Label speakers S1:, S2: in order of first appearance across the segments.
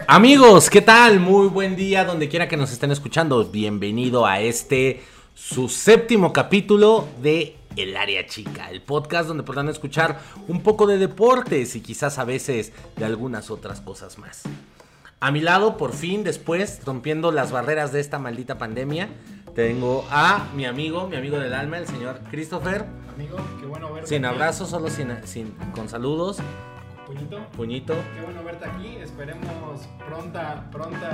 S1: Amigos, ¿qué tal? Muy buen día donde quiera que nos estén escuchando. Bienvenido a su séptimo capítulo de El Área Chica, el podcast donde podrán escuchar un poco de deportes y quizás a veces de algunas otras cosas más. A mi lado, por fin, después, rompiendo las barreras de esta maldita pandemia, tengo a mi amigo del alma, el señor Christopher.
S2: Amigo, qué bueno verte.
S1: Sin
S2: aquí.
S1: abrazos, solo con saludos.
S2: Puñito. Qué bueno verte aquí. Esperemos pronta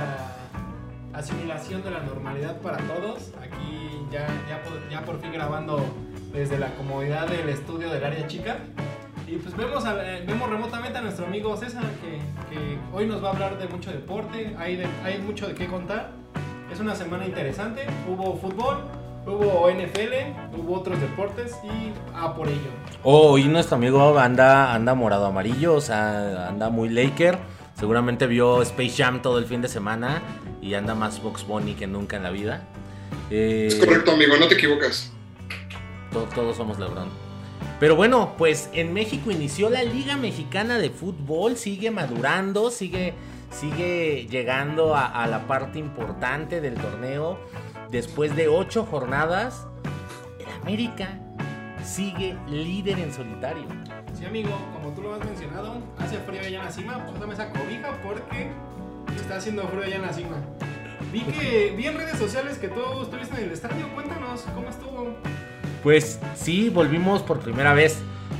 S2: asimilación de la normalidad para todos. Aquí ya por fin grabando desde la comodidad del estudio del Área Chica. Y pues vemos remotamente a nuestro amigo César que hoy nos va a hablar de mucho deporte. Hay mucho de qué contar. Es una semana interesante. Hubo fútbol, hubo NFL, hubo otros deportes y por ello.
S1: Y nuestro amigo anda morado amarillo, o sea, anda muy Laker. Seguramente vio Space Jam todo el fin de semana y anda más Bugs Bunny que nunca en la vida.
S3: Es correcto, amigo, no te equivocas.
S1: Todos somos LeBron. Pero bueno, pues en México inició la Liga Mexicana de Fútbol, sigue madurando, sigue llegando a la parte importante del torneo. Después de 8 jornadas, el América sigue líder en solitario.
S2: Sí, amigo, como tú lo has mencionado, hace frío allá en la cima. Póntame esa cobija porque está haciendo frío allá en la cima. Vi en redes sociales que tú estuviste en el estadio. Cuéntanos, ¿cómo estuvo?
S1: Pues sí, volvimos por primera vez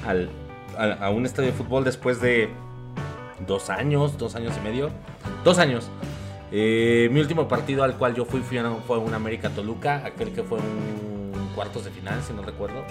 S1: a un estadio de fútbol después de 2 años y medio. 2 años. Mi último partido al cual yo fue un América Toluca, aquel que fue un cuartos de final, si no recuerdo,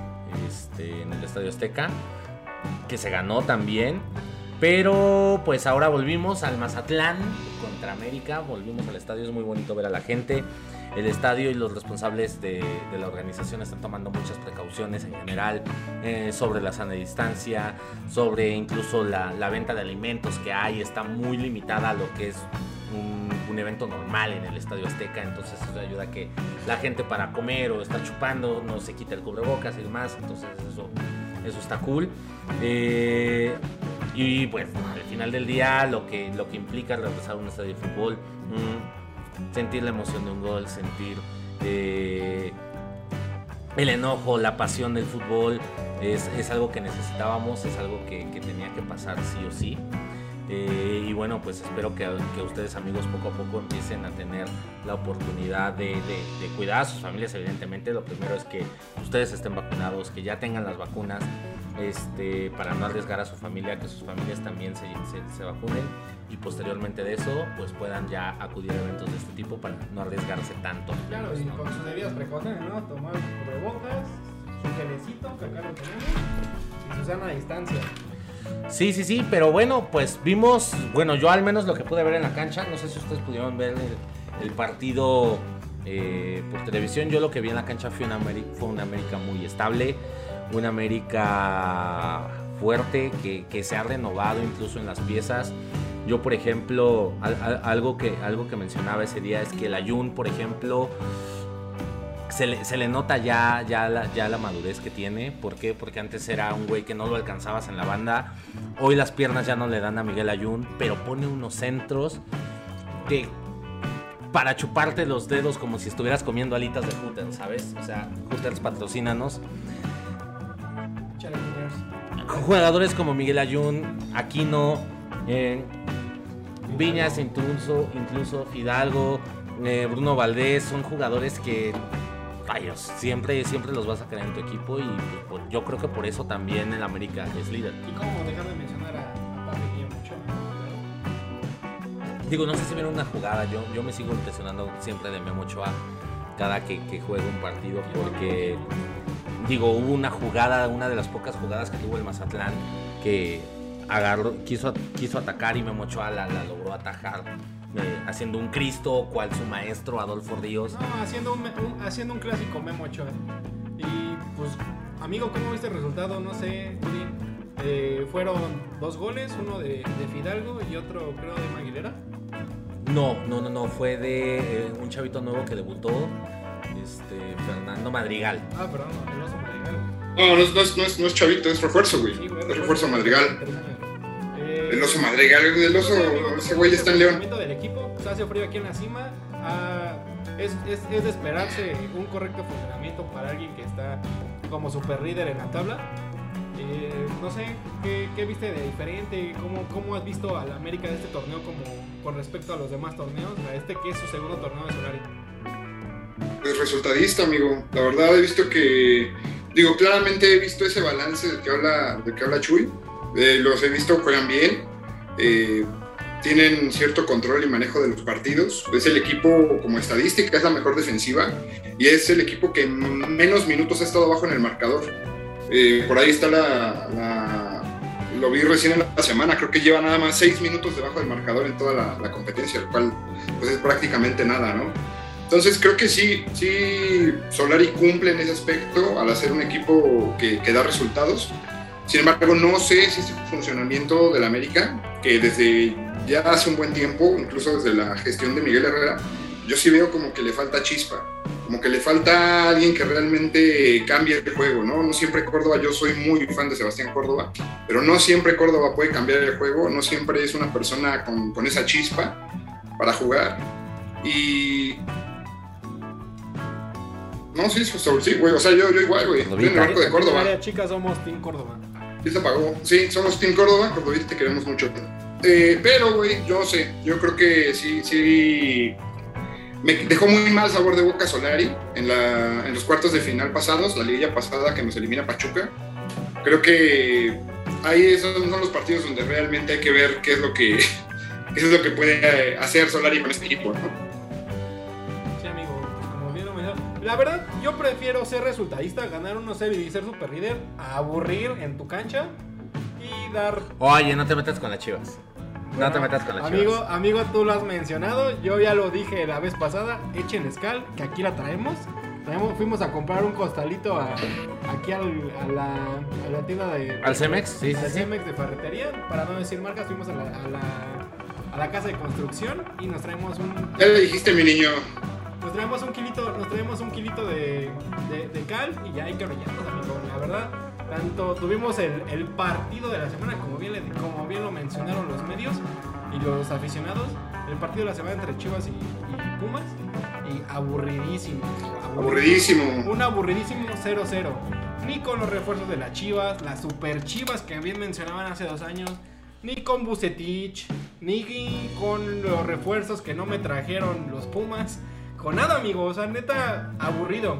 S1: en el Estadio Azteca, que se ganó también. Pero pues ahora volvimos al Mazatlán contra América, volvimos al estadio, es muy bonito ver a la gente. El estadio y los responsables de la organización están tomando muchas precauciones en general sobre la sana distancia, sobre incluso la venta de alimentos que hay, está muy limitada a lo que es un evento normal en el Estadio Azteca, entonces eso ayuda a que la gente para comer o está chupando no se quite el cubrebocas y demás, entonces eso está cool. Y pues al final del día lo que implica regresar a un estadio de fútbol, sentir la emoción de un gol, sentir el enojo, la pasión del fútbol, es algo que necesitábamos, es algo que tenía que pasar sí o sí. Y bueno, pues espero que ustedes, amigos, poco a poco empiecen a tener la oportunidad de cuidar a sus familias. Evidentemente, lo primero es que ustedes estén vacunados, que ya tengan las vacunas, para no arriesgar a su familia, que sus familias también se vacunen, y posteriormente de eso pues puedan ya acudir a eventos de este tipo para no arriesgarse tanto.
S2: Claro, y
S1: ¿no?
S2: con sus debidas precauciones, ¿no? Tomar cubrebocas, su gelecito, que acá lo tenemos, y su sana distancia.
S1: Sí, pero bueno, pues vimos, yo al menos lo que pude ver en la cancha, no sé si ustedes pudieron ver el partido por televisión. Yo lo que vi en la cancha fue una América muy estable, una América fuerte, que se ha renovado incluso en las piezas. Yo, por ejemplo, algo que mencionaba ese día es que el Ayun, por ejemplo, se le nota ya la madurez que tiene. ¿Por qué? Porque antes era un güey que no lo alcanzabas en la banda. Hoy las piernas ya no le dan a Miguel Ayun, pero pone unos centros para chuparte los dedos como si estuvieras comiendo alitas de Hooters, ¿sabes? O sea, Hooters, patrocínanos. Jugadores como Miguel Ayun, Aquino, Viñas, incluso Fidalgo, Bruno Valdés, son jugadores que siempre los vas a querer en tu equipo, y pues, yo creo que por eso también el América es líder.
S2: Y cómo dejar de mencionar a Papi Guillermo.
S1: Digo, no sé si vieron una jugada, yo me sigo impresionando siempre de Memo Ochoa cada que juega un partido, porque hubo una jugada, una de las pocas jugadas que tuvo el Mazatlán, que quiso atacar y Memo Ochoa la logró atajar, haciendo un Cristo cual su maestro Adolfo Ríos.
S2: No, haciendo un clásico Memo Ochoa. Y pues, amigo, ¿cómo viste el resultado? No sé, fueron 2 goles, uno de Fidalgo y otro creo de Maguilera.
S1: No, fue de un chavito nuevo que debutó, Fernando Madrigal.
S2: Perdón, el oso Madrigal.
S3: No es chavito, es refuerzo, güey. Sí, es refuerzo Madrigal. El oso Madrigal, el oso, ese güey está en León.
S2: Del equipo, pues hace frío aquí en la cima. Es de esperarse un correcto funcionamiento para alguien que está como super líder en la tabla. No sé, ¿qué viste de diferente? ¿Cómo has visto a la América de este torneo como con respecto a los demás torneos? A este que es su segundo torneo de Solari.
S3: Pues resultadista, amigo. La verdad he visto que... Digo, claramente he visto ese balance del que habla Chuy. Los he visto, juegan bien. Tienen cierto control y manejo de los partidos. Es el equipo, como estadística, es la mejor defensiva. Y es el equipo que menos minutos ha estado abajo en el marcador. Por ahí está lo vi recién en la semana, creo que lleva nada más 6 minutos debajo del marcador en toda la competencia, lo cual pues es prácticamente nada, ¿no? Entonces creo que sí, Solari cumple en ese aspecto al hacer un equipo que da resultados. Sin embargo, no sé si este funcionamiento del América, que desde ya hace un buen tiempo, incluso desde la gestión de Miguel Herrera, yo sí veo como que le falta chispa. Como que le falta alguien que realmente cambie el juego, ¿no? No siempre Córdoba, yo soy muy fan de Sebastián Córdoba, pero no siempre Córdoba puede cambiar el juego, no siempre es una persona con esa chispa para jugar. Y... No, sí, güey, o sea, yo igual, güey, estoy en el barco de Córdoba.
S2: En chicas somos Team Córdoba.
S3: Sí se apagó, sí, somos Team Córdoba, Cordobita, te queremos mucho. Pero, güey, yo sé, yo creo que sí... Me dejó muy mal sabor de boca Solari en los cuartos de final pasados, la liguilla pasada que nos elimina Pachuca. Creo que ahí son los partidos donde realmente hay que ver qué es lo que puede hacer Solari con este equipo, ¿no?
S2: Sí, amigo, como bien lo mencionó. La verdad, yo prefiero ser resultadista, ganar 1-0 y ser super líder, a aburrir en tu cancha y dar...
S1: Oye, no te metas con las Chivas. No te metas con las Chivas.
S2: Amigo, tú lo has mencionado. Yo ya lo dije la vez pasada. Echen escal, que aquí la traemos. Fuimos a comprar un costalito aquí a la tienda de...
S1: ¿Al Cemex? Sí.
S2: Cemex de ferretería. Para no decir marcas, fuimos a la casa de construcción y nos traemos un...
S3: Ya le dijiste, mi niño.
S2: Nos traemos un kilito de cal y ya hay que rellenarnos, amigo. La verdad... Tanto tuvimos el partido de la semana, como bien lo mencionaron los medios y los aficionados, el partido de la semana entre Chivas y Pumas, y aburridísimo. Un aburridísimo 0-0. Ni con los refuerzos de las Chivas, las super Chivas que bien mencionaban hace 2 años, ni con Vucetich, ni con los refuerzos que no me trajeron los Pumas. Con nada, amigo, o sea, neta, aburrido.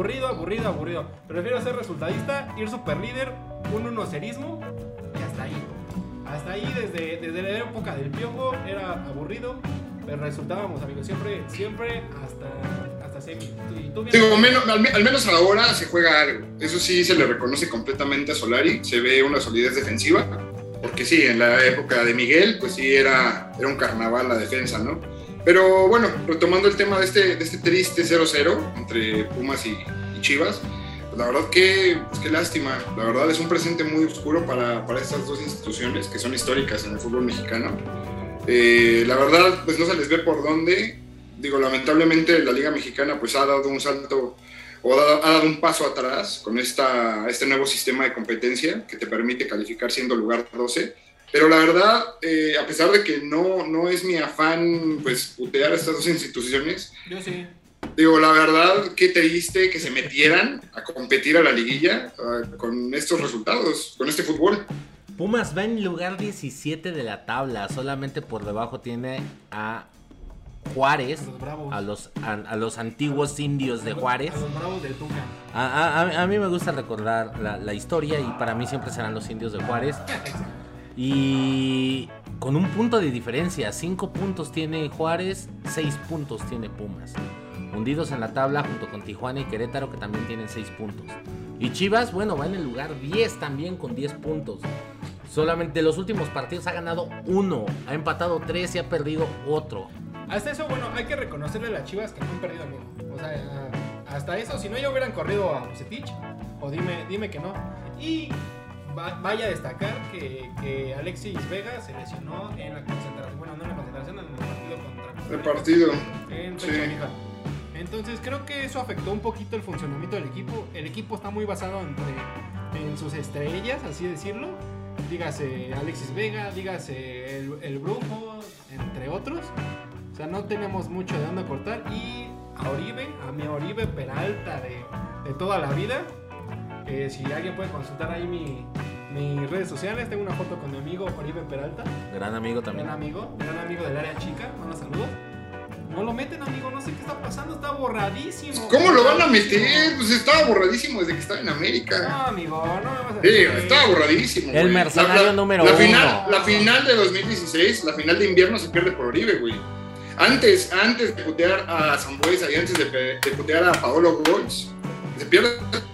S2: Prefiero ser resultadista, ir super líder, un 1-0ismo y hasta ahí. Hasta ahí, desde la época del Piojo, era aburrido, pero resultábamos, amigos, siempre hasta semi.
S3: Digo, al menos ahora se juega algo. Eso sí se le reconoce completamente a Solari, se ve una solidez defensiva, porque sí, en la época de Miguel, pues sí, era un carnaval la defensa, ¿no? Pero bueno, retomando el tema de este triste 0-0 entre Pumas y Chivas, pues la verdad que qué lástima. La verdad es un presente muy oscuro para estas dos instituciones que son históricas en el fútbol mexicano. La verdad, pues no se les ve por dónde. Digo, lamentablemente la Liga Mexicana pues ha dado un salto o ha dado un paso atrás con este nuevo sistema de competencia que te permite calificar siendo lugar 12. Pero la verdad, a pesar de que no es mi afán pues putear a estas dos instituciones,
S2: yo sí.
S3: Digo, la verdad, qué triste que se metieran a competir a la liguilla con estos resultados, con este fútbol.
S1: Pumas va en lugar 17 de la tabla, solamente por debajo tiene a Juárez, a los antiguos indios de Juárez.
S2: A los Bravos del Tuca.
S1: A mí me gusta recordar la historia y para mí siempre serán los indios de Juárez. Y con un punto de diferencia, 5 puntos tiene Juárez, 6 puntos tiene Pumas. Hundidos en la tabla junto con Tijuana y Querétaro, que también tienen 6 puntos. Y Chivas, bueno, va en el lugar 10 también con 10 puntos. Solamente de los últimos partidos ha ganado 1, ha empatado 3 y ha perdido otro.
S2: Hasta eso, bueno, hay que reconocerle a las Chivas que no han perdido ninguno. O sea, hasta eso, si no ya hubieran corrido a Vucetich, o dime que no. Y vaya a destacar que Alexis Vega se lesionó en la concentración, bueno, no en la concentración, en el partido contra...
S3: El partido.
S2: En Fecha. Entonces creo que eso afectó un poquito el funcionamiento del equipo. El equipo está muy basado en sus estrellas, así decirlo. dígase Alexis Vega, dígase el Brujo, entre otros. O sea, no tenemos mucho de dónde cortar. Y a mi Oribe Peralta de toda la vida. Si alguien puede consultar ahí mis redes sociales, tengo una foto con mi amigo Oribe Peralta.
S1: Gran amigo también.
S2: Gran amigo del área chica. Unos saludos. No lo meten, amigo, no sé qué está pasando, está borradísimo.
S3: ¿Cómo lo van a meter? Pues estaba borradísimo desde que estaba en América.
S2: No, amigo, no me vas a
S3: Sí,
S2: decir.
S3: estaba borradísimo.
S1: El
S3: güey.
S1: mercenario número
S3: la
S1: 1.
S3: La final de 2016, la final de invierno se pierde por Oribe, güey. Antes de putear a Zambuesa y antes de putear a Paolo Golds, se pierde.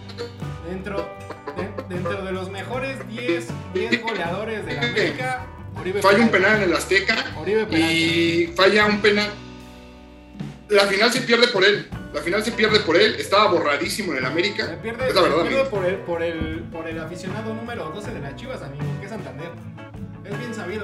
S2: Dentro de los mejores 10 goleadores de la América, Oribe
S3: Falla un
S2: Peralta.
S3: penal en el Azteca
S2: Oribe Peralta.
S3: y falla un penal. La final se pierde por él. Estaba borradísimo en el América.
S2: Se pierde,
S3: es la verdad,
S2: se pierde
S3: amigo.
S2: por el aficionado número 12 de las Chivas, amigo, que es Santander. Es bien sabido.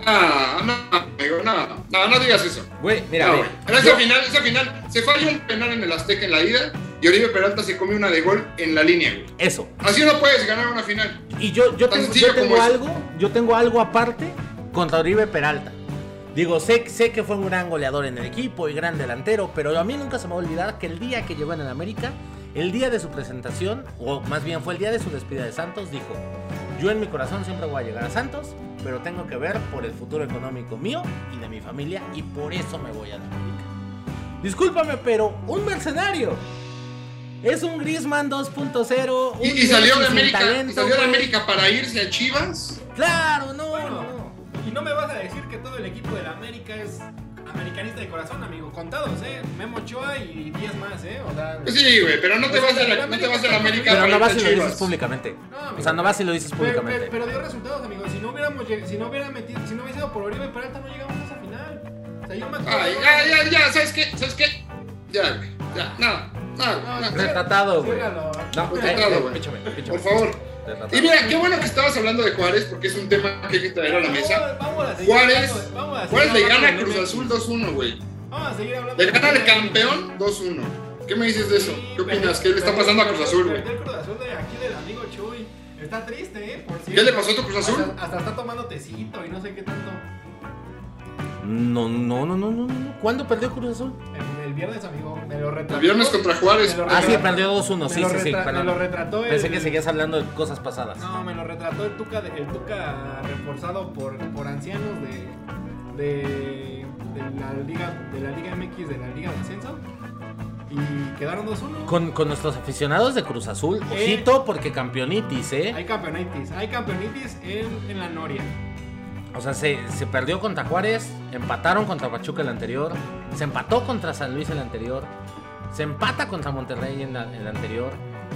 S3: No digas eso.
S1: Güey, mira,
S3: No,
S1: ve,
S3: güey. En esa final se falla un penal en el Azteca en la ida y Oribe Peralta se come una de gol en la línea, güey.
S1: eso.
S3: Así no puedes ganar una final.
S1: Y yo
S3: Tan
S1: tengo,
S3: sencillo como eso.
S1: yo tengo algo aparte contra Oribe Peralta. Digo, sé que fue un gran goleador en el equipo y gran delantero, pero a mí nunca se me va a olvidar que el día que llegó en el América, el día de su presentación, o más bien fue el día de su despedida de Santos, dijo: yo en mi corazón siempre voy a llegar a Santos, pero tengo que ver por el futuro económico mío y de mi familia, y por eso me voy a la América. Discúlpame, pero un mercenario. Es un Griezmann 2.0.
S3: Y salió de
S1: sin
S3: América,
S1: talento,
S3: y salió de
S1: güey.
S3: América para irse a Chivas.
S1: Claro, no,
S2: Bueno,
S1: no.
S2: y no me vas a decir que todo el equipo de la América es americanista de corazón, amigo. Contados, Memo Ochoa y 10 más, O sea,
S3: Pues sí, güey, pero no te vas de la América
S1: Pero
S3: para
S1: no vas
S3: irte
S1: y
S3: a
S1: lo
S3: Chivas.
S1: dices públicamente.
S2: No, amigo.
S1: O sea, no vas y lo dices públicamente.
S2: Pero dio resultados, amigo. Si no hubiera sido por Oribe Peralta, no llegamos a esa final. O sea, yo me acuerdo.
S3: Ay, ya, ¿sabes qué? Ya, güey, ya, no.
S1: Retratado, güey.
S2: Ciérralo.
S1: No,
S3: Retratado, güey.
S1: píchame.
S3: Por favor.
S1: Retratado.
S3: Y mira, qué bueno que estabas hablando de Juárez, porque es un tema que hay que traer a la mesa.
S2: Vamos a seguir
S3: Juárez le
S2: hablando
S3: gana a
S2: del
S3: Cruz
S2: MX.
S3: Azul 2-1, güey.
S2: Vamos a seguir hablando.
S3: Le gana
S2: del
S3: al
S2: MX.
S3: campeón 2-1. ¿Qué me dices de eso?
S2: Sí,
S3: ¿Qué opinas?
S2: perdió-
S3: ¿Qué le está pasando a Cruz Azul, güey?
S2: perdió el Cruz Azul de aquí del amigo Chuy. Está triste, por cierto.
S3: ¿Qué le pasó a tu Cruz Azul?
S2: Hasta está tomando tecito y no sé qué tanto.
S1: No. ¿Cuándo perdió Cruz Azul?
S2: El viernes, amigo, me lo retrató.
S3: El viernes contra Juárez.
S2: Me lo
S1: Ah, sí,
S2: retrató-
S1: perdió 2-1. Sí,
S2: me lo
S1: sí,
S2: retra-
S1: perdón.
S2: Me lo retrató
S1: Pensé que seguías hablando de cosas pasadas.
S2: No, me lo retrató el Tuca reforzado por ancianos de la Liga MX, de la Liga de Ascenso. Y quedaron 2-1.
S1: Con nuestros aficionados de Cruz Azul, ojito, porque campeonitis,
S2: Hay campeonitis en la Noria.
S1: O sea, se perdió contra Juárez, empataron contra Pachuca el anterior, se empató contra San Luis el anterior, se empata contra Monterrey en el anterior,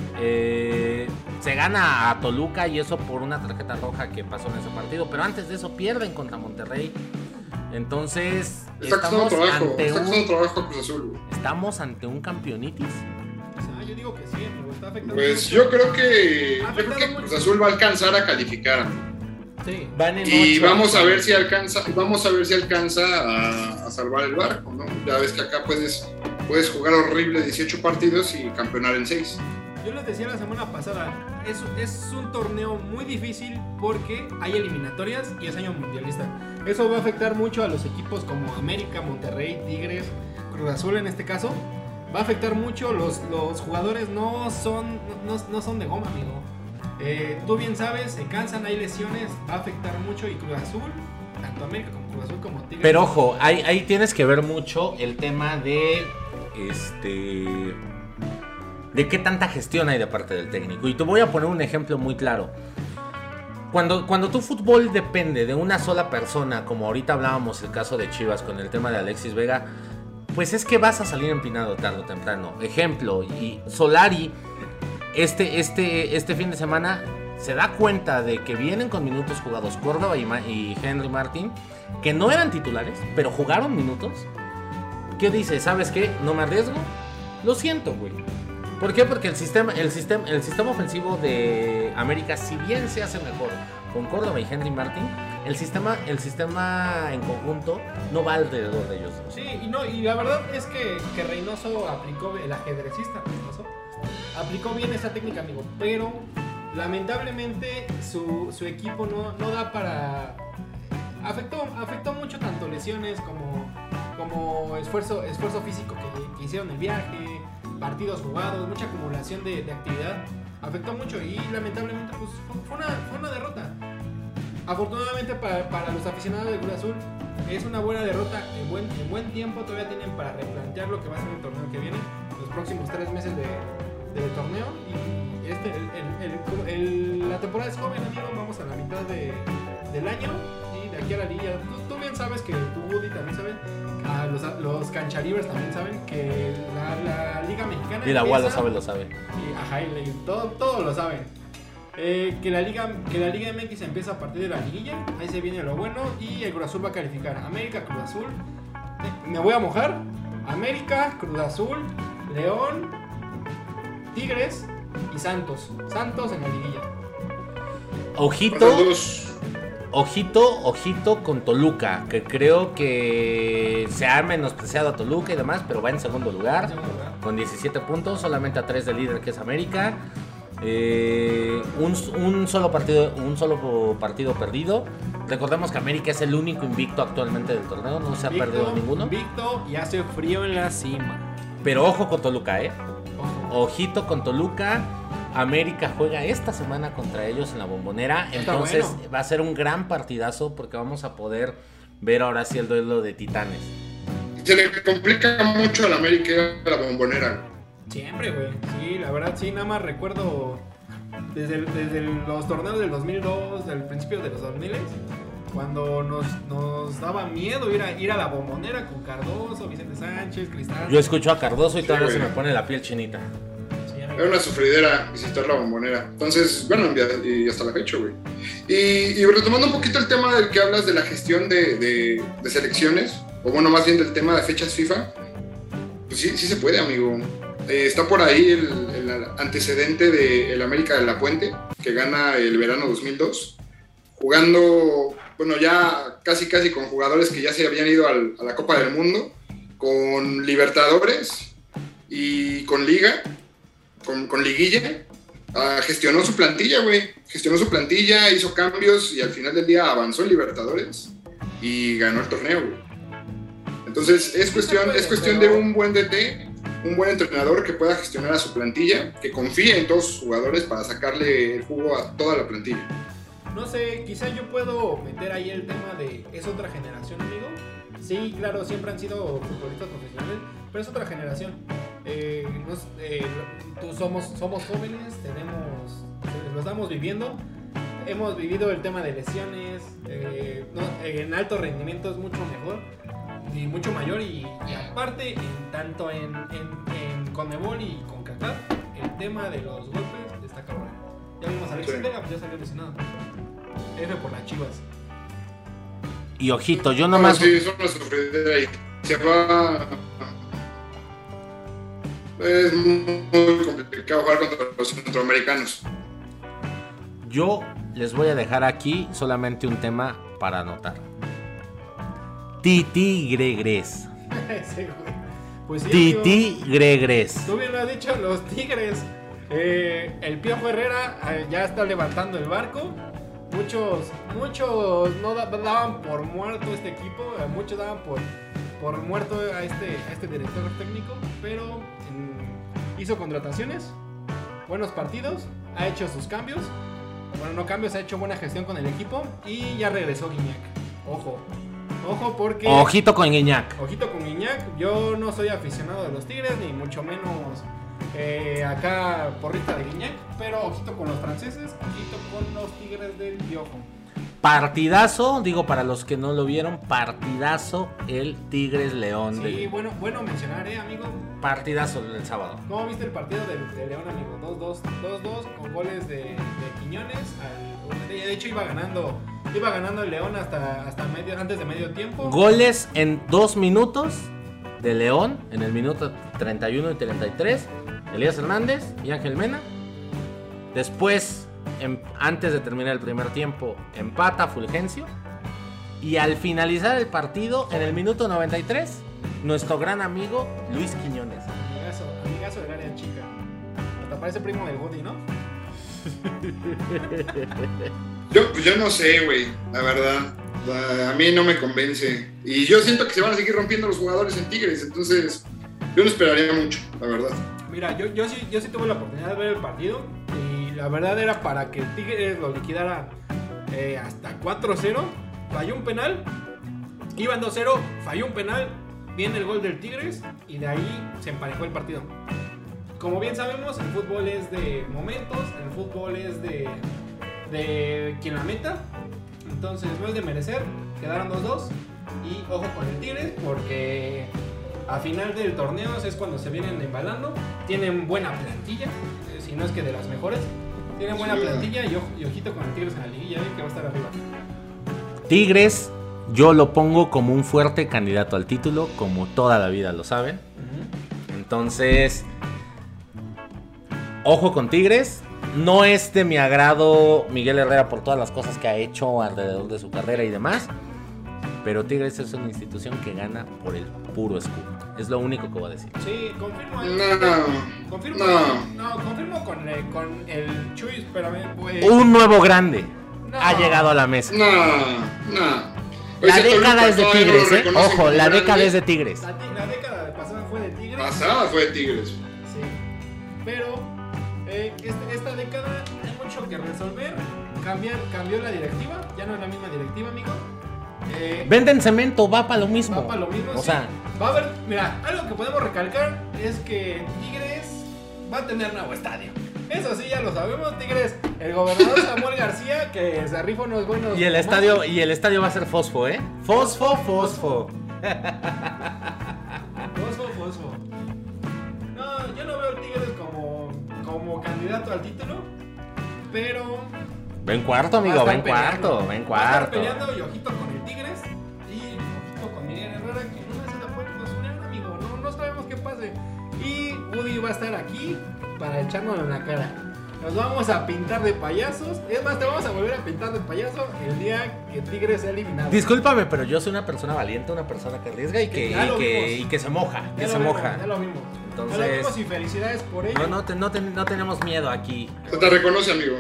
S1: se gana a Toluca y eso por una tarjeta roja que pasó en ese partido, pero antes de eso pierden contra Monterrey. Entonces,
S3: Está costando trabajo a Cruz Azul, güey.
S1: estamos ante un campeonitis.
S2: Yo digo que sí, amigo, está afectando.
S3: Pues
S2: mucho.
S3: yo creo que
S2: Afectado
S3: Cruz
S2: mucho.
S3: Azul va a alcanzar a calificar, amigo.
S2: Sí.
S1: Van en
S3: Y
S1: 8.
S3: vamos a ver si alcanza a salvar el barco, ¿no? Ya ves que acá puedes jugar horrible 18 partidos y campeonar en 6.
S2: Yo les decía la semana pasada, es un torneo muy difícil porque hay eliminatorias y es año mundialista. Eso va a afectar mucho a los equipos como América, Monterrey, Tigres, Cruz Azul en este caso. Va a afectar mucho, los jugadores no son de goma, amigo. Tú bien sabes, se cansan, hay lesiones, va a afectar mucho y Cruz Azul, tanto América como Cruz Azul como Tigres.
S1: Pero ojo, ahí tienes que ver mucho el tema de de qué tanta gestión hay de parte del técnico. Y te voy a poner un ejemplo muy claro. Cuando tu fútbol depende de una sola persona, como ahorita hablábamos el caso de Chivas con el tema de Alexis Vega, pues es que vas a salir empinado tarde o temprano. Ejemplo, y Solari este fin de semana se da cuenta de que vienen con minutos jugados Córdoba y Henry Martín, que no eran titulares, pero jugaron minutos. ¿Qué dice? ¿Sabes qué? ¿No me arriesgo? Lo siento, güey. ¿Por qué? Porque el sistema ofensivo de América, si bien se hace mejor con Córdoba y Henry Martín, el sistema en conjunto no va alrededor de ellos.
S2: Sí, y la verdad es que Reynoso aplicó, el ajedrecista Reynoso, aplicó bien esa técnica, amigo, pero lamentablemente su equipo no da para... Afectó mucho tanto lesiones como esfuerzo físico que hicieron el viaje, partidos jugados, mucha acumulación de actividad. Afectó mucho y lamentablemente pues, fue una derrota. Afortunadamente para los aficionados de Cruz Azul es una buena derrota en buen tiempo. Todavía tienen para replantear lo que va a ser el torneo que viene, los próximos 3 meses del torneo. Y la temporada es joven, amigo. Vamos a la mitad del año y de aquí a la liga. Tú bien sabes que tú, Woody, también sabes. Los canchalibres también saben que la Liga Mexicana.
S1: Y la UA lo sabe.
S2: Y todo lo saben. Que la Liga MX empieza a partir de la liguilla. Ahí se viene lo bueno. Y el Cruz Azul va a calificar. América, Cruz Azul. Me voy a mojar. América, Cruz Azul, León, Tigres y Santos. Santos en la liguilla.
S1: Ojito con Toluca, que creo que se ha menospreciado a Toluca y demás, pero va en segundo lugar con 17 puntos, solamente a 3 del líder que es América. Un solo partido perdido. Recordemos que América es el único invicto actualmente del torneo, no se ha perdido ninguno.
S2: Invicto y hace frío en la cima.
S1: Pero ojo con Toluca, Ojito con Toluca. América juega esta semana contra ellos en la Bombonera. Entonces va a ser un gran partidazo porque vamos a poder ver ahora sí el duelo de titanes.
S3: Se le complica mucho al América la Bombonera.
S2: Siempre, güey. Sí, la verdad sí, nada más recuerdo desde los torneos del 2002, del principio de los 2000, cuando nos daba miedo ir a la Bombonera con Cardoso, Vicente Sánchez, Cristal.
S1: Yo escucho a Cardoso y todavía se me pone la piel chinita.
S3: Era una sufridera visitar la Bombonera. Entonces, bueno, y hasta la fecha, güey. Y retomando un poquito el tema del que hablas de la gestión de selecciones, o bueno, más bien del tema de fechas FIFA, pues sí se puede, amigo. Está por ahí el antecedente del América de la Puente, que gana el verano 2002, jugando, bueno, ya casi con jugadores que ya se habían ido a la Copa del Mundo, con Libertadores y con Liga. Con liguilla, gestionó su plantilla, güey. Gestionó su plantilla, hizo cambios y al final del día avanzó en Libertadores y ganó el torneo, güey. Entonces es cuestión de un buen DT, un buen entrenador que pueda gestionar a su plantilla, que confíe en todos sus jugadores para sacarle el jugo a toda la plantilla.
S2: No sé, quizá yo puedo meter ahí el tema de es otra generación, amigo. Sí, claro, siempre han sido futbolistas profesionales, pero es otra generación. Somos jóvenes, lo estamos viviendo. Hemos vivido el tema de lesiones, en alto rendimiento es mucho mejor y mucho mayor. Y aparte, tanto en Conmebol y con CONCACAF, el tema de los golpes está cabrón. Ya vimos a Alexis Vega, pues ya salió lesionado. F por las Chivas.
S1: Y ojito, yo nomás...
S3: Sí, son las sufrideras y se va... Es muy complicado jugar contra los centroamericanos.
S1: Yo les voy a dejar aquí solamente un tema para anotar. Titi Gregres.
S2: Sí, pues sí,
S1: Titi Gregres.
S2: Tú bien lo has dicho, los Tigres. El Piojo Herrera ya está levantando el barco. Muchos no daban por muerto este equipo. Muchos daban por muerto a este director técnico. Pero hizo contrataciones, buenos partidos, ha hecho sus cambios. Bueno, no cambios, ha hecho buena gestión con el equipo. Y ya regresó Guiñac. Ojo porque...
S1: Ojito con Guiñac.
S2: Yo no soy aficionado de los Tigres, ni mucho menos acá porrista de Guiñac. Pero ojito con los franceses, ojito con los Tigres del Piojo.
S1: Partidazo, digo para los que no lo vieron, partidazo el Tigres León.
S2: Sí, bueno mencionar, amigo.
S1: Partidazo el sábado.
S2: ¿Cómo viste el partido de León, amigo? 2-2 con goles de Quiñones. De hecho iba ganando el León hasta antes de medio tiempo.
S1: Goles en 2 minutos de León, en el minuto 31 y 33. Elías Hernández y Ángel Mena. Después, antes de terminar el primer tiempo, empata Fulgencio. Y al finalizar el partido, en el minuto 93, nuestro gran amigo Luis Quiñones.
S2: Amigazo del área chica. Hasta parece primo del Woody, ¿no?
S3: Yo no sé, güey, la verdad. A mí no me convence. Y yo siento que se van a seguir rompiendo los jugadores en Tigres, entonces yo no esperaría mucho, la verdad.
S2: Mira, yo sí tuve la oportunidad de ver el partido y la verdad era para que Tigres lo liquidara hasta 4-0. Falló un penal, iban 2-0, falló un penal, viene el gol del Tigres y de ahí se emparejó el partido. Como bien sabemos, el fútbol es de momentos, el fútbol es de quien la meta. Entonces no es de merecer, quedaron 2-2 y ojo con el Tigres porque a final del torneo es cuando se vienen embalando, tienen buena plantilla, si no es que de las mejores, tienen buena plantilla y ojito con el Tigres en la liguilla que va a estar arriba.
S1: Tigres, yo lo pongo como un fuerte candidato al título, como toda la vida lo saben. Entonces, ojo con Tigres. No es de mi agrado Miguel Herrera por todas las cosas que ha hecho alrededor de su carrera y demás. Pero Tigres es una institución que gana por el puro escudo. Es lo único que voy a decir.
S2: Sí, confirmo. Confirmo con el Chuy, espérame. Pues.
S1: Un nuevo grande ha llegado a la mesa.
S3: Pues
S1: la década es de Tigres, ¿eh? Ojo, la década es de Tigres.
S2: La década pasada fue de Tigres.
S3: Fue de Tigres.
S2: Sí. Pero esta década hay mucho que resolver. Cambió la directiva. Ya no es la misma directiva, amigo.
S1: Venden cemento, va para lo mismo.
S2: Va para lo mismo,
S1: o sea,
S2: va a haber, mira, algo que podemos recalcar es que Tigres va a tener nuevo estadio. Eso sí, ya lo sabemos, Tigres. El gobernador Samuel García, que se rifa unos buenos.
S1: Y el estadio va a ser fosfo, ¿eh? Fosfo.
S2: Fosfo. No, yo no veo a Tigres como candidato al título, pero
S1: ven cuarto, amigo, ven cuarto.
S2: Va a estar peleando y ojito con el Tigres y ojito con Miguel Herrera, que no se la puede cocinar, amigo. No sabemos qué pase. Y Woody va a estar aquí para echárnoslo en la cara. Nos vamos a pintar de payasos. Es más, te vamos a volver a pintar de payaso el día que Tigres sea eliminado.
S1: Discúlpame, pero yo soy una persona valiente, una persona que arriesga y que se moja.
S2: Ya lo vimos.
S1: Entonces,
S2: ya lo vimos y felicidades por ello.
S1: No tenemos miedo aquí.
S3: Se te reconoce, amigo.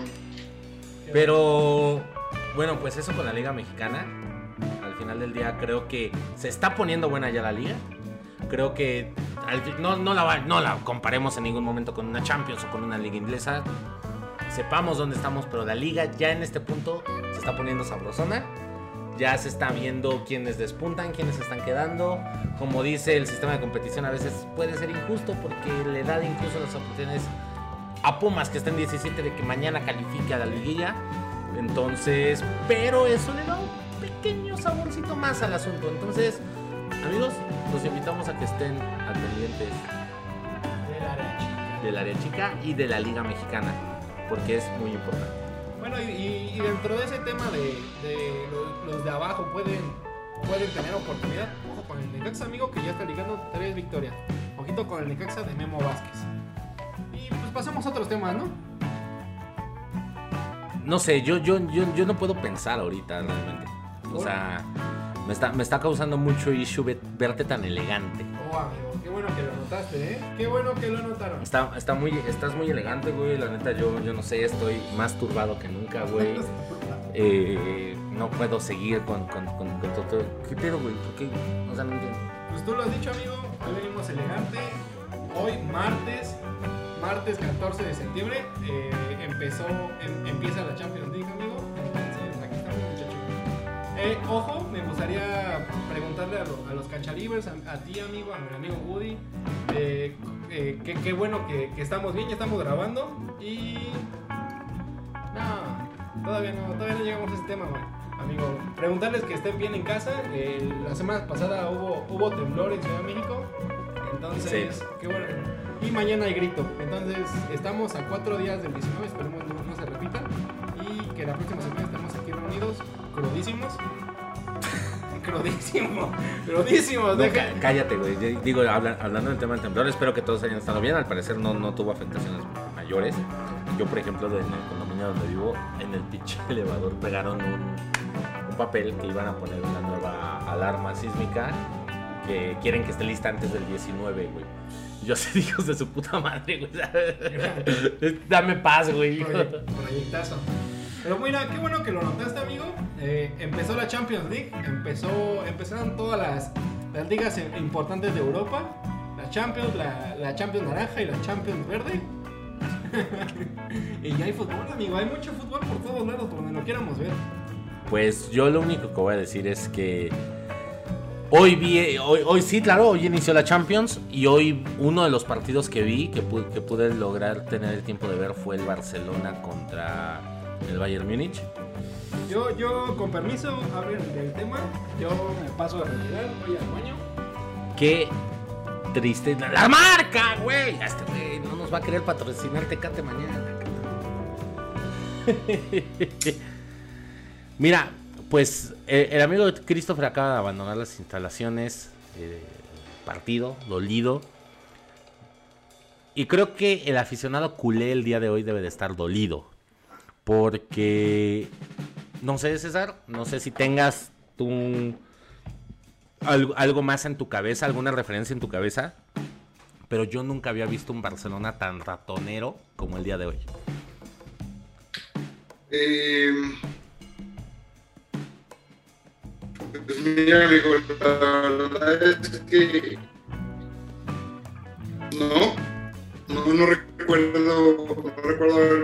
S1: Pero bueno, pues eso con la Liga Mexicana. Al final del día creo que se está poniendo buena ya la liga. Creo que no la comparemos en ningún momento con una Champions o con una liga inglesa. Sepamos dónde estamos, pero la liga ya en este punto se está poniendo sabrosona. Ya se está viendo quiénes despuntan, quiénes se están quedando. Como dice el sistema de competición, a veces puede ser injusto porque le da incluso las oportunidades a Pumas, que está en 17, de que mañana califique a la liguilla. Entonces, pero eso le da un pequeño saborcito más al asunto. Entonces, amigos, los invitamos a que estén al pendientes del área chica y de la Liga Mexicana, porque es muy importante.
S2: Bueno, y dentro de ese tema de los de abajo pueden tener oportunidad. Ojo con el Necaxa, amigo, que ya está ligando 3 victorias. Ojito con el Necaxa de Memo Vázquez. Y pues pasamos a otros temas, ¿no?
S1: No sé, yo no puedo pensar ahorita realmente. O sea, me está causando mucho issue verte tan elegante.
S2: Oh, amigo, qué bueno que lo notaste, ¿eh? Qué bueno que lo notaron.
S1: Estás muy elegante, güey. La neta, yo no sé, estoy más turbado que nunca, güey. No puedo seguir con todo. ¿Qué pedo, güey? ¿Por qué? O sea, no entiendo.
S2: Pues tú lo has dicho, amigo. Hoy venimos elegante. Hoy, martes 14 de septiembre, empieza la Champions League, amigo. Entonces, aquí estamos, muchachos. Ojo, me gustaría preguntarle a los canchalivers, a ti, amigo, a mi amigo Woody, qué bueno que estamos bien, ya estamos grabando y... No, todavía no llegamos a ese tema, güey. Amigo, preguntarles que estén bien en casa. La semana pasada hubo temblor en Ciudad de México, entonces, sí. Qué bueno. Y mañana hay grito, entonces estamos a 4 días del 19, esperemos no se repita y que la próxima semana estemos aquí reunidos, crudísimos. Crudísimos.
S1: No, cállate, güey. Digo, hablando del tema del temblor, espero que todos hayan estado bien. Al parecer no tuvo afectaciones mayores. Yo, por ejemplo, en el condominio donde vivo, en el pinche elevador pegaron un papel que iban a poner una nueva alarma sísmica que quieren que esté lista antes del 19, güey. Yo sé, hijos de su puta madre, güey. Dame paz, güey.
S2: Proyectazo. Pero mira, qué bueno que lo notaste, amigo. Empezó la Champions League, empezaron todas las ligas importantes de Europa. La Champions, la Champions naranja y la Champions verde. Y ya hay fútbol, amigo. Hay mucho fútbol por todos lados, por donde lo quieramos ver.
S1: Pues yo lo único que voy a decir es que hoy sí, claro, hoy inició la Champions. Y hoy uno de los partidos que vi, que pude lograr tener el tiempo de ver, fue el Barcelona contra el Bayern Múnich.
S2: Yo con permiso, abren el tema. Yo me paso a retirar, voy al baño.
S1: Qué triste. ¡La marca, güey! Este güey no nos va a querer patrocinar Tecate mañana. Mira, pues el amigo Christopher acaba de abandonar las instalaciones. Partido, dolido. Y creo que el aficionado culé el día de hoy debe de estar dolido. Porque, no sé, César, no sé si tengas tú algo más en tu cabeza, alguna referencia en tu cabeza, pero yo nunca había visto un Barcelona tan ratonero como el día de hoy.
S3: Pues mira, amigo, la verdad es que no recuerdo haber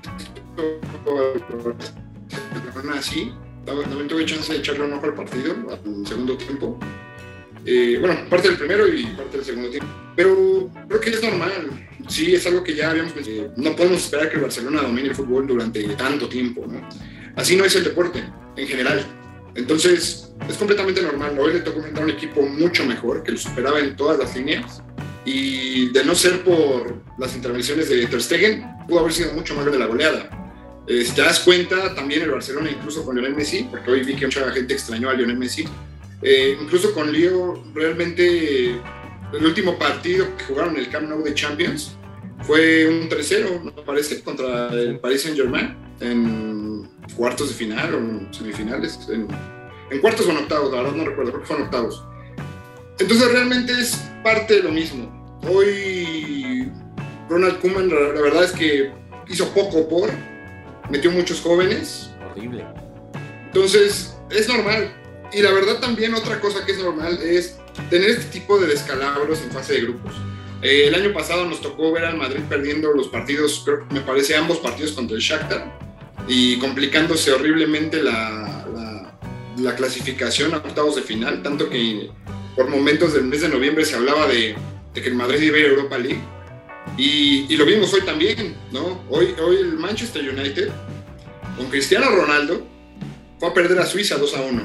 S3: visto así. También tuve chance de echarle un ojo al partido, al segundo tiempo. Bueno, parte del primero y parte del segundo tiempo. Pero creo que es normal. Sí, es algo que ya habíamos pensado. No podemos esperar que el Barcelona domine el fútbol durante tanto tiempo, ¿no? Así no es el deporte, en general. Entonces, es completamente normal. Hoy le tocó enfrentar a un equipo mucho mejor, que lo superaba en todas las líneas. Y de no ser por las intervenciones de Ter Stegen, pudo haber sido mucho más grande la goleada. Si te das cuenta, también el Barcelona, incluso con Lionel Messi, porque hoy vi que mucha gente extrañó a Lionel Messi, incluso con Leo, realmente el último partido que jugaron en el Camp Nou de Champions fue un 3-0, me parece, contra el Paris Saint-Germain en cuartos de final o en semifinales, en cuartos o en octavos, la verdad no recuerdo, creo que fue en octavos. Entonces realmente es parte de lo mismo. Hoy Ronald Koeman, la verdad es que hizo poco metió muchos jóvenes.
S1: Horrible.
S3: Entonces, es normal. Y la verdad también otra cosa que es normal es tener este tipo de descalabros en fase de grupos. El año pasado nos tocó ver al Madrid perdiendo los partidos, creo que me parece ambos partidos contra el Shakhtar, y complicándose horriblemente la clasificación a octavos de final, tanto que por momentos del mes de noviembre se hablaba de que el Madrid iba a ir a Europa League. Y lo vimos hoy también, ¿no? Hoy el Manchester United, con Cristiano Ronaldo, fue a perder a Suiza 2-1.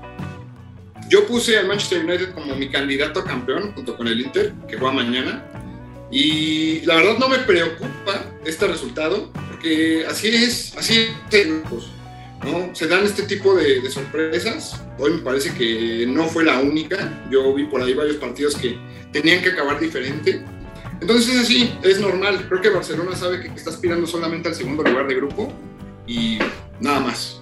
S3: Yo puse al Manchester United como mi candidato a campeón, junto con el Inter, que juega mañana. Y la verdad no me preocupa este resultado, porque así es grupos, ¿no? Se dan este tipo de sorpresas. Hoy me parece que no fue la única. Yo vi por ahí varios partidos que tenían que acabar diferente. Entonces es así, es normal. Creo que Barcelona sabe que está aspirando solamente al segundo lugar de grupo y nada más.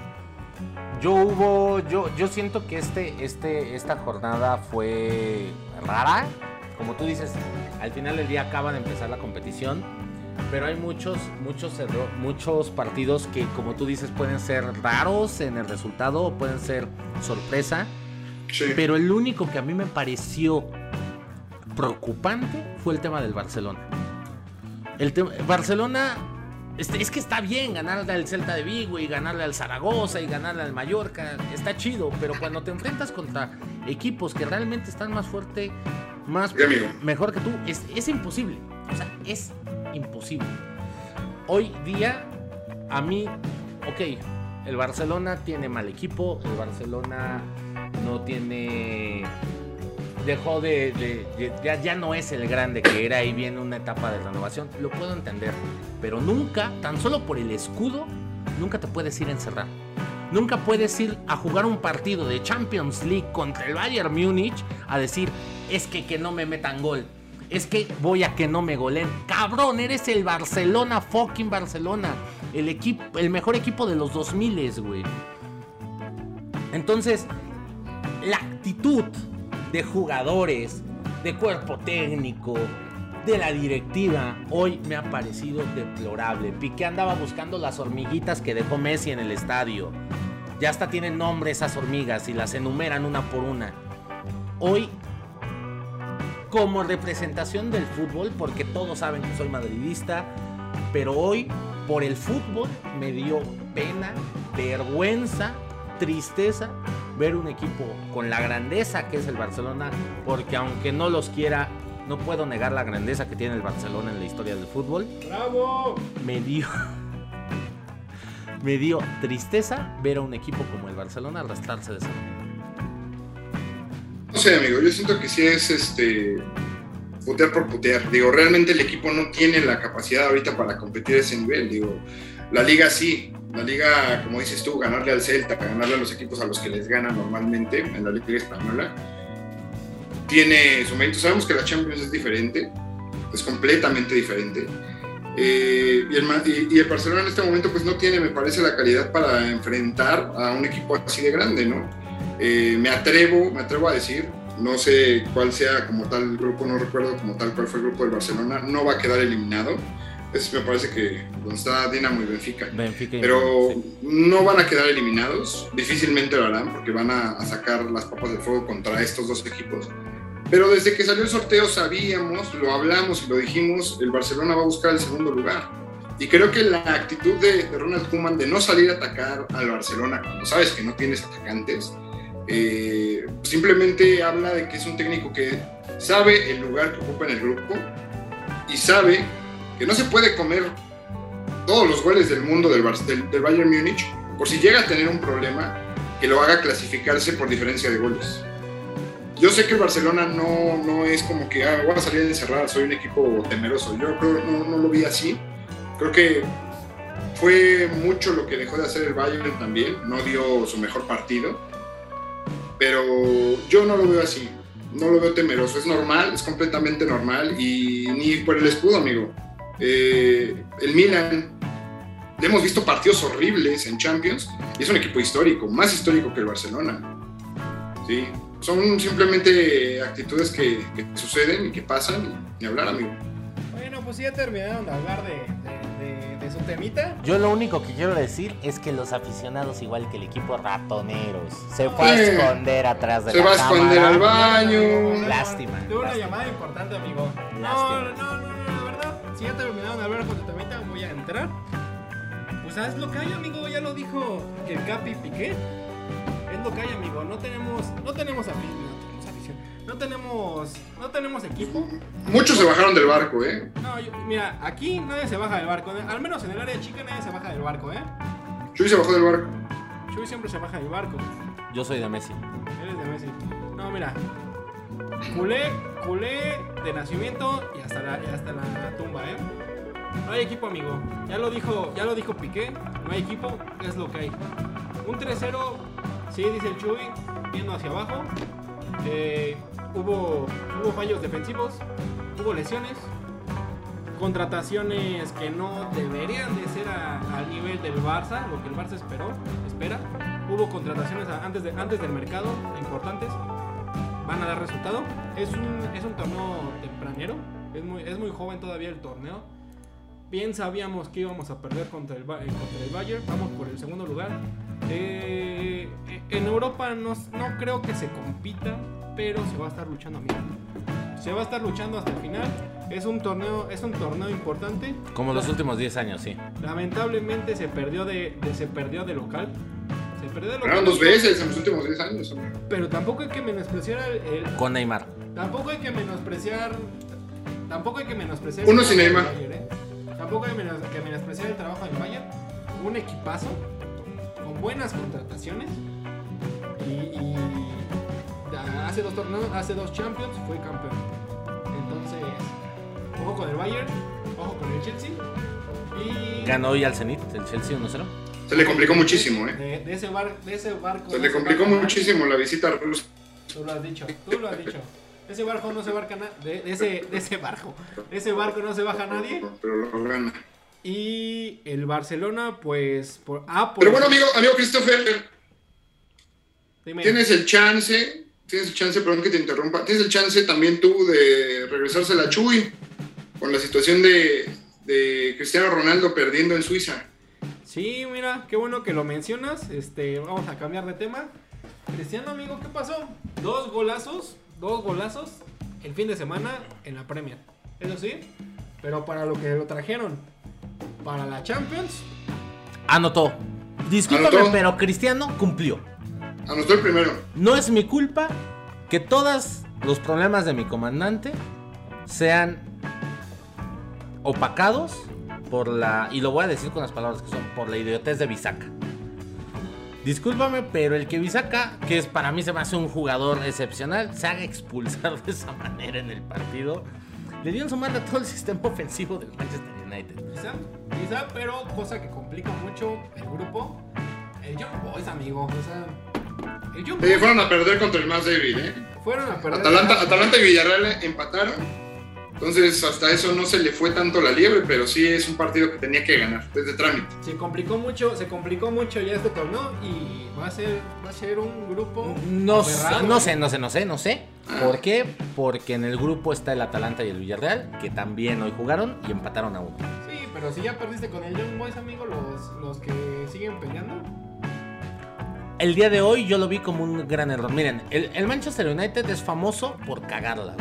S1: Yo siento que esta jornada fue rara. Como tú dices, al final del día acaba de empezar la competición, pero hay muchos partidos que, como tú dices, pueden ser raros en el resultado o pueden ser sorpresa. Sí. Pero el único que a mí me pareció preocupante fue el tema del Barcelona. Barcelona es que está bien ganarle al Celta de Vigo y ganarle al Zaragoza y ganarle al Mallorca, está chido, pero cuando te enfrentas contra equipos que realmente están más fuerte, mejor que tú, es imposible. O sea, es imposible. Hoy día, a mí, el Barcelona tiene mal equipo, el Barcelona no tiene... Dejó ya no es el grande que era, y viene una etapa de renovación, lo puedo entender, pero nunca, tan solo por el escudo, nunca te puedes ir a encerrar. Nunca puedes ir a jugar un partido de Champions League contra el Bayern Múnich a decir, es que no me metan gol, es que voy a que no me goleen. Cabrón, eres el Barcelona, fucking Barcelona, el mejor equipo de los 2000, güey. Entonces, la actitud de jugadores, de cuerpo técnico, de la directiva, hoy me ha parecido deplorable. Piqué andaba buscando las hormiguitas que dejó Messi en el estadio. Ya hasta tienen nombre esas hormigas y las enumeran una por una. Hoy, como representación del fútbol, porque todos saben que soy madridista, pero hoy, por el fútbol, me dio pena, vergüenza, tristeza ver un equipo con la grandeza que es el Barcelona, porque aunque no los quiera, no puedo negar la grandeza que tiene el Barcelona en la historia del fútbol.
S2: ¡Bravo!
S1: Me dio tristeza ver a un equipo como el Barcelona arrastrarse de esa manera.
S3: No sé, amigo, yo siento que sí es putear por putear. Digo, realmente el equipo no tiene la capacidad ahorita para competir a ese nivel. Digo, la liga sí. La liga, como dices tú, ganarle al Celta, ganarle a los equipos a los que les ganan normalmente en la liga española, tiene su mérito. Sabemos que la Champions es diferente, es completamente diferente. Y el Barcelona en este momento pues no tiene, me parece, la calidad para enfrentar a un equipo así de grande, ¿no? Me atrevo a decir, no sé cuál sea como tal el grupo, no recuerdo como tal cuál fue el grupo del Barcelona, no va a quedar eliminado. Me parece que donde está Dinamo y Benfica, pero sí, no van a quedar eliminados, difícilmente lo harán porque van a sacar las papas del fuego contra estos dos equipos. Pero desde que salió el sorteo sabíamos, lo hablamos y lo dijimos, el Barcelona va a buscar el segundo lugar. Y creo que la actitud de Ronald Koeman de no salir a atacar al Barcelona cuando sabes que no tienes atacantes, simplemente habla de que es un técnico que sabe el lugar que ocupa en el grupo y sabe que no se puede comer todos los goles del mundo del Bayern Múnich por si llega a tener un problema que lo haga clasificarse por diferencia de goles. Yo sé que el Barcelona no es como que voy a salir a encerrar, soy un equipo temeroso. Yo creo que no lo vi así. Creo que fue mucho lo que dejó de hacer el Bayern también. No dio su mejor partido. Pero yo no lo veo así. No lo veo temeroso. Es normal, es completamente normal. Y ni por el escudo, amigo. El Milan, le hemos visto partidos horribles en Champions. Y es un equipo histórico, más histórico que el Barcelona. Sí. Son simplemente actitudes que suceden y que pasan y hablar, amigo.
S2: Bueno, pues ya terminaron de hablar de su temita.
S1: Yo lo único que quiero decir es que los aficionados, igual que el equipo ratoneros, se fue a esconder atrás de la cámara.
S3: Se va a esconder al baño.
S1: Lástima.
S2: Tuve una llamada importante, amigo. No, la verdad, si ya terminaron de hablar con su temita, voy a entrar. Pues sabes lo que hay, amigo, ya lo dijo el Capi Piqué. Es lo que hay, amigo. No tenemos afición. No tenemos equipo.
S3: Muchos se bajaron del barco,
S2: No, mira, aquí nadie se baja del barco. Al menos en el área chica nadie se baja del barco,
S3: Chuy se bajó del barco.
S2: Chuy siempre se baja del barco.
S1: Yo soy de Messi.
S2: Eres de Messi. No, mira. Culé de nacimiento y hasta la tumba, No hay equipo, amigo. Ya lo dijo Piqué. No hay equipo, es lo que hay. Un 3-0, sí, dice el Chuy, viendo hacia abajo. Hubo fallos defensivos, hubo lesiones, contrataciones que no deberían de ser al nivel del Barça, lo que el Barça espera. Hubo contrataciones antes del mercado, importantes, van a dar resultado. Es un torneo tempranero, es muy joven todavía el torneo. Bien sabíamos que íbamos a perder contra el Bayern, vamos por el segundo lugar. En Europa no creo que se compita, pero se va a estar luchando, amigo. Se va a estar luchando hasta el final. Es un torneo importante.
S1: Como los últimos 10 años, sí.
S2: Lamentablemente se perdió de local.
S3: Ganaron 2 veces en los últimos 10 años.
S2: Pero tampoco hay que menospreciar
S1: con Neymar.
S2: Tampoco hay que menospreciar.
S3: Uno sin Neymar.
S2: Tampoco hay que menospreciar el trabajo del Bayern. Un equipazo con buenas contrataciones y hace 2 torneos, hace 2 Champions fue campeón. Entonces, ojo con el Bayern, ojo con el Chelsea y
S1: ganó hoy al Zenit, el Chelsea 1-0.
S3: Se le complicó muchísimo,
S2: de ese barco.
S3: Se le complicó muchísimo la visita a Rusia.
S2: Tú lo has dicho. Ese barco no se barca de ese barco no se baja nadie.
S3: Pero lo gana.
S2: Y el Barcelona, pues.
S3: Pero bueno, amigo Christopher.
S2: Dime.
S3: Tienes el chance tienes el chance, perdón que te interrumpa, tienes el chance también tú de regresarse a la Chuy con la situación de Cristiano Ronaldo perdiendo en Suiza.
S2: Sí, mira, qué bueno que lo mencionas. Vamos a cambiar de tema. Cristiano, amigo, ¿qué pasó? Dos golazos el fin de semana en la Premier. Eso sí, pero para lo que lo trajeron, para la Champions,
S1: Anotó. Discúlpame,
S3: Anotó.
S1: pero Cristiano cumplió.
S3: Anotó el primero.
S1: No es mi culpa que todos los problemas de mi comandante sean opacados por la, y lo voy a decir con las palabras que son, por la idiotez de Bisaca. Discúlpame, pero el que Bisaca, que es para mí se me hace un jugador excepcional, se haga expulsar de esa manera en el partido, le dio en su madre a todo el sistema ofensivo del Manchester United.
S2: quizá, pero cosa que complica mucho el grupo, el Young Boys, amigo. O sea, el Young Boys
S3: Fueron a perder contra el más débil,
S2: fueron a perder.
S3: Atalanta y Villarreal empataron. Entonces, hasta eso no se le fue tanto la liebre, pero sí es un partido que tenía que ganar desde trámite.
S2: Se complicó mucho ya este torneo y va a ser un grupo
S1: No
S2: aferrado.
S1: sé. ¿Por qué? Porque en el grupo está el Atalanta y el Villarreal, que también hoy jugaron y empataron a 1.
S2: Sí, pero si ya perdiste con el Young Boys, amigo, los que siguen peleando.
S1: El día de hoy yo lo vi como un gran error. Miren, el Manchester United es famoso por cagarla.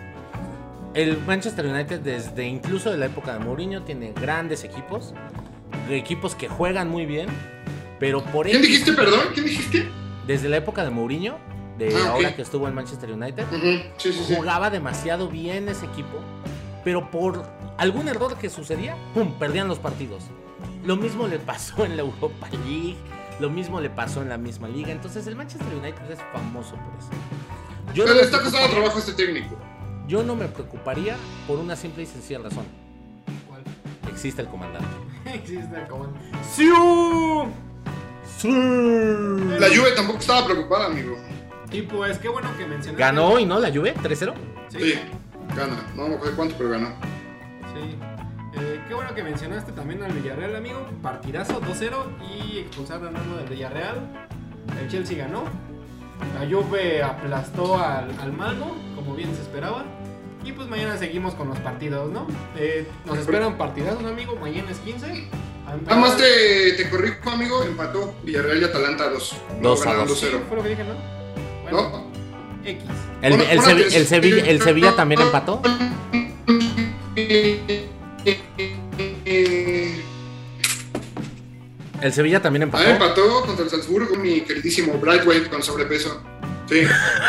S1: El Manchester United desde incluso de la época de Mourinho tiene grandes equipos que juegan muy bien, pero por
S3: ¿Quién dijiste, perdón? ¿Quién dijiste?
S1: desde la época de Mourinho, de ahora que estuvo en Manchester United,
S3: Sí.
S1: jugaba demasiado bien ese equipo, pero por algún error que sucedía, ¡pum!, perdían los partidos. Lo mismo le pasó en la Europa League, lo mismo le pasó en la misma liga. Entonces el Manchester United es famoso por eso.
S3: Pero le está costando trabajo a este técnico.
S1: Yo no me preocuparía por una simple y sencilla razón.
S2: ¿Cuál?
S1: Existe el comandante.
S2: Existe el comando.
S1: ¡Sí! ¡Sí!
S3: La Juve tampoco estaba preocupada, amigo.
S2: Y pues qué bueno que mencionaste.
S1: ¿Ganó hoy, no? ¿La Juve? ¿3-0?
S3: Sí, gana. No me acuerdo cuánto, pero ganó.
S2: Sí. Qué bueno que mencionaste también al Villarreal, amigo. Partidazo 2-0 y expulsaron a uno del Villarreal. El Chelsea ganó. La Juve aplastó al Malmo, como bien se esperaba. Y pues mañana seguimos con los partidos, ¿no? Nos esperan partidazos, amigo. Mañana es 15.
S3: Nada más te corrijo, amigo. Empató Villarreal y Atalanta 2.
S1: 2-2.
S3: 2-0.
S2: Fue lo que dije, ¿no? Bueno,
S3: ¿No?
S2: X.
S1: El Sevilla también empató. El Sevilla también empató.
S3: Empató contra el Salzburgo, mi queridísimo Brightweight con sobrepeso. Sí.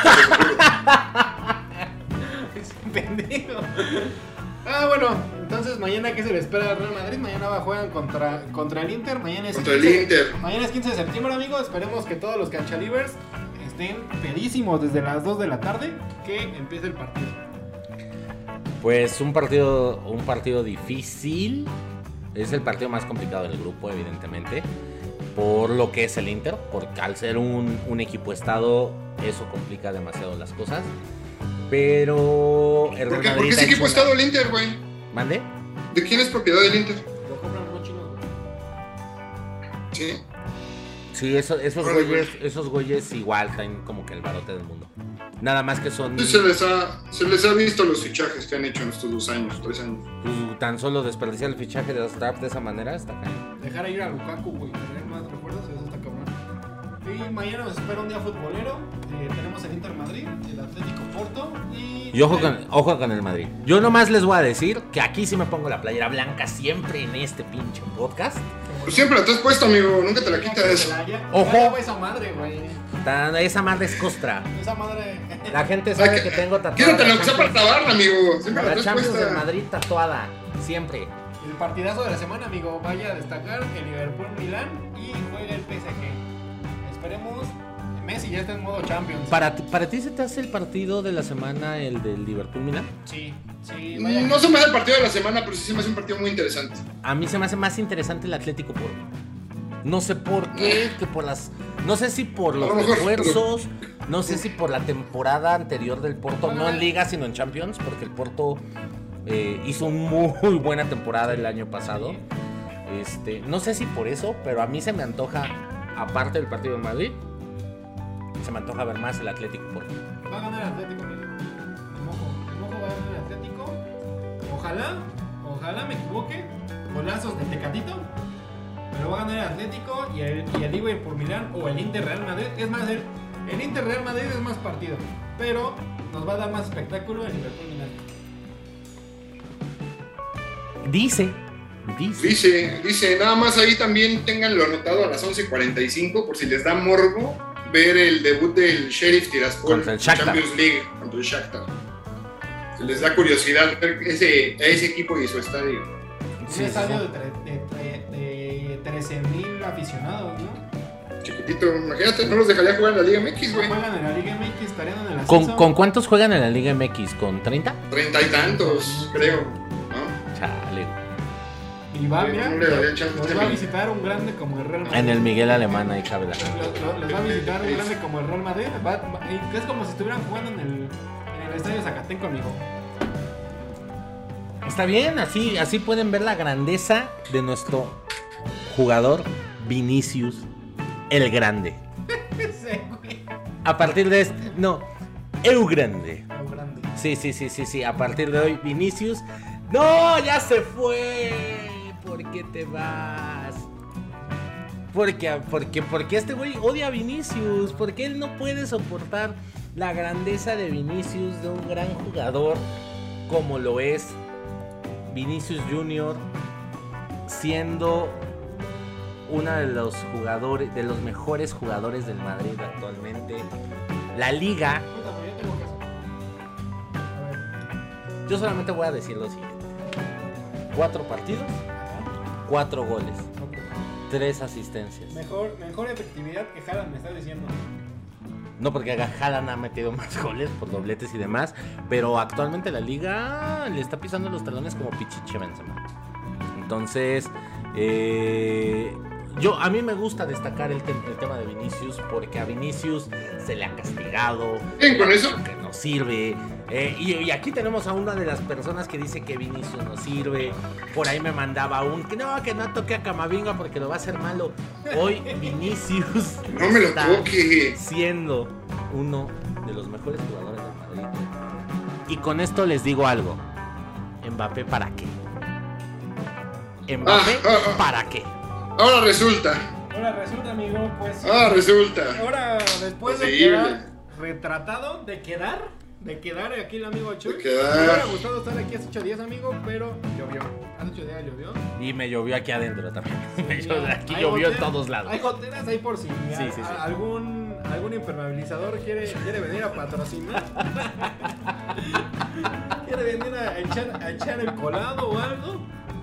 S2: Es un pendejo. Bueno, entonces mañana ¿qué se le espera al Real Madrid? Mañana juegan contra el Inter. Mañana es
S3: Contra el Inter.
S2: Mañana es 15 de septiembre, amigos. Esperemos que todos los canchalivers estén pedísimos desde las 2 de la tarde que empiece el partido.
S1: Pues un partido difícil. Es el partido más complicado del grupo, evidentemente, por lo que es el Inter, porque al ser un equipo estado, eso complica demasiado las cosas. Pero el
S3: ¿Por
S1: Real
S3: qué
S1: Madrid
S3: ese equipo está el Inter, güey?
S1: ¿Mande?
S3: ¿De quién es propiedad del Inter?
S2: Lo compran unos chinos, güey.
S3: Sí.
S1: Sí, esos güeyes igual traen como que el barote del mundo. Nada más que son...
S3: Sí, se les ha visto los fichajes que han hecho en estos 2 años, 3 años.
S1: Pues, tan solo desperdiciar el fichaje de los draft de esa manera está cañón.
S2: Dejar ir a Lukaku, güey, tener más recuerdos, eso está cabrón. Y mañana nos espera un día futbolero. Tenemos el Inter Madrid, el Atlético Porto
S1: Y ojo con el Madrid. Yo nomás les voy a decir que aquí sí me pongo la playera blanca siempre en este pinche podcast.
S3: Pues siempre la traes puesta, amigo, nunca te la quitas.
S1: Ojo.
S2: Esa madre, güey.
S1: Esa madre es costra.
S2: Esa madre.
S1: La gente sabe que tengo tatuada.
S3: Quédate lo que sea para tabarla, amigo. Siempre la
S1: La
S3: traes
S1: Champions de
S3: puesta.
S1: Madrid tatuada. Siempre.
S2: El partidazo de la semana, amigo. Vaya a destacar el Liverpool-Milán y juega el PSG. Esperemos. Messi ya está en modo Champions.
S1: ¿Para ti se te hace el partido de la semana el del Liverpool-Milan?
S2: Sí. Vaya.
S3: No se me hace el partido de la semana, pero sí se me hace un partido muy interesante.
S1: A mí se me hace más interesante el Atlético Porto. No sé por qué, no sé si por los refuerzos, no sé si por la temporada anterior del Porto, no en Liga sino en Champions, porque el Porto hizo una muy buena temporada el año pasado. No sé si por eso, pero a mí se me antoja, aparte del partido de Madrid, se me antoja ver más el Atlético Porto.
S2: Va a ganar el Atlético, amigo. El Mojo va a ganar el Atlético. Ojalá me equivoque. Golazos de Tecatito. Pero va a ganar el Atlético y el Liverpool Milán o el Inter Real Madrid. Es más, el Inter Real Madrid es más partido. Pero nos va a dar más espectáculo el Liverpool Milán.
S1: Dice,
S3: nada más ahí también ténganlo anotado a las 11:45 por si les da morbo ver el debut del Sheriff Tiraspol
S1: Contra el Shakhtar.
S3: Champions League contra el Shakhtar. Si les da curiosidad ver ese equipo y su estadio.
S2: Un estadio de 13,000 aficionados, ¿no?
S3: Chiquitito, imagínate, no los dejaría jugar en la Liga MX, güey.
S2: Juegan en la Liga MX, estarían en el ascenso.
S1: ¿Con cuántos juegan en la Liga MX? ¿Con 30?
S3: 30 y tantos, creo, ¿no?
S1: Chale.
S2: Y va, mira,
S3: No le daría chance.
S2: los va a visitar un grande como el Real Madrid.
S1: En el Miguel Alemán ahí cabe la.
S2: Los va a visitar un grande como el Real Madrid. Es como si estuvieran jugando en el estadio Zacatenco, amigo.
S1: Está bien, así pueden ver la grandeza de nuestro jugador Vinicius, el grande.
S2: Ese, güey.
S1: A partir de Eu Grande.
S2: Un grande.
S1: Sí, a partir de hoy Vinicius. ¡No! ¡Ya se fue! ¿Por qué te vas? Porque este güey odia a Vinicius. Porque él no puede soportar la grandeza de Vinicius, de un gran jugador como lo es Vinicius Junior, siendo uno de los jugadores, de los mejores jugadores del Madrid actualmente. La Liga.
S2: Cuéntame, yo tengo que hacer. A ver.
S1: Yo solamente voy a decir lo siguiente: 4 partidos, 4 goles, 3 asistencias.
S2: Mejor efectividad que Haaland, me está diciendo.
S1: No, porque Haaland ha metido más goles por dobletes y demás, pero actualmente la Liga le está pisando los talones como Pichichi Benzema. Entonces, a mí me gusta destacar el tema de Vinicius, porque a Vinicius se le ha castigado.
S3: Bien, con eso.
S1: Que no sirve. Y aquí tenemos a una de las personas que dice que Vinicius no sirve. Por ahí me mandaba que no toque a Camavinga porque lo va a hacer malo. Hoy Vinicius
S3: No me lo
S1: está
S3: toque.
S1: siendo uno de los mejores jugadores del Madrid. Y con esto les digo algo: ¿Mbappé para qué? ¿Mbappé para qué?
S3: Ahora resulta,
S2: amigo, pues.
S3: resulta.
S2: Ahora, después de
S3: Posible.
S2: quedar retratado, de quedar aquí el amigo Chuy.
S3: De quedar.
S2: Me hubiera gustado estar aquí hace 8 días, amigo, pero llovió. Hace 8 días llovió.
S1: Y me llovió aquí adentro también. Aquí
S2: Hay
S1: llovió en
S2: goteras-
S1: todos lados.
S2: Hay goteras ahí por si
S1: Sí.
S2: algún impermeabilizador quiere venir a patrocinar. Quiere venir a echar el colado o algo.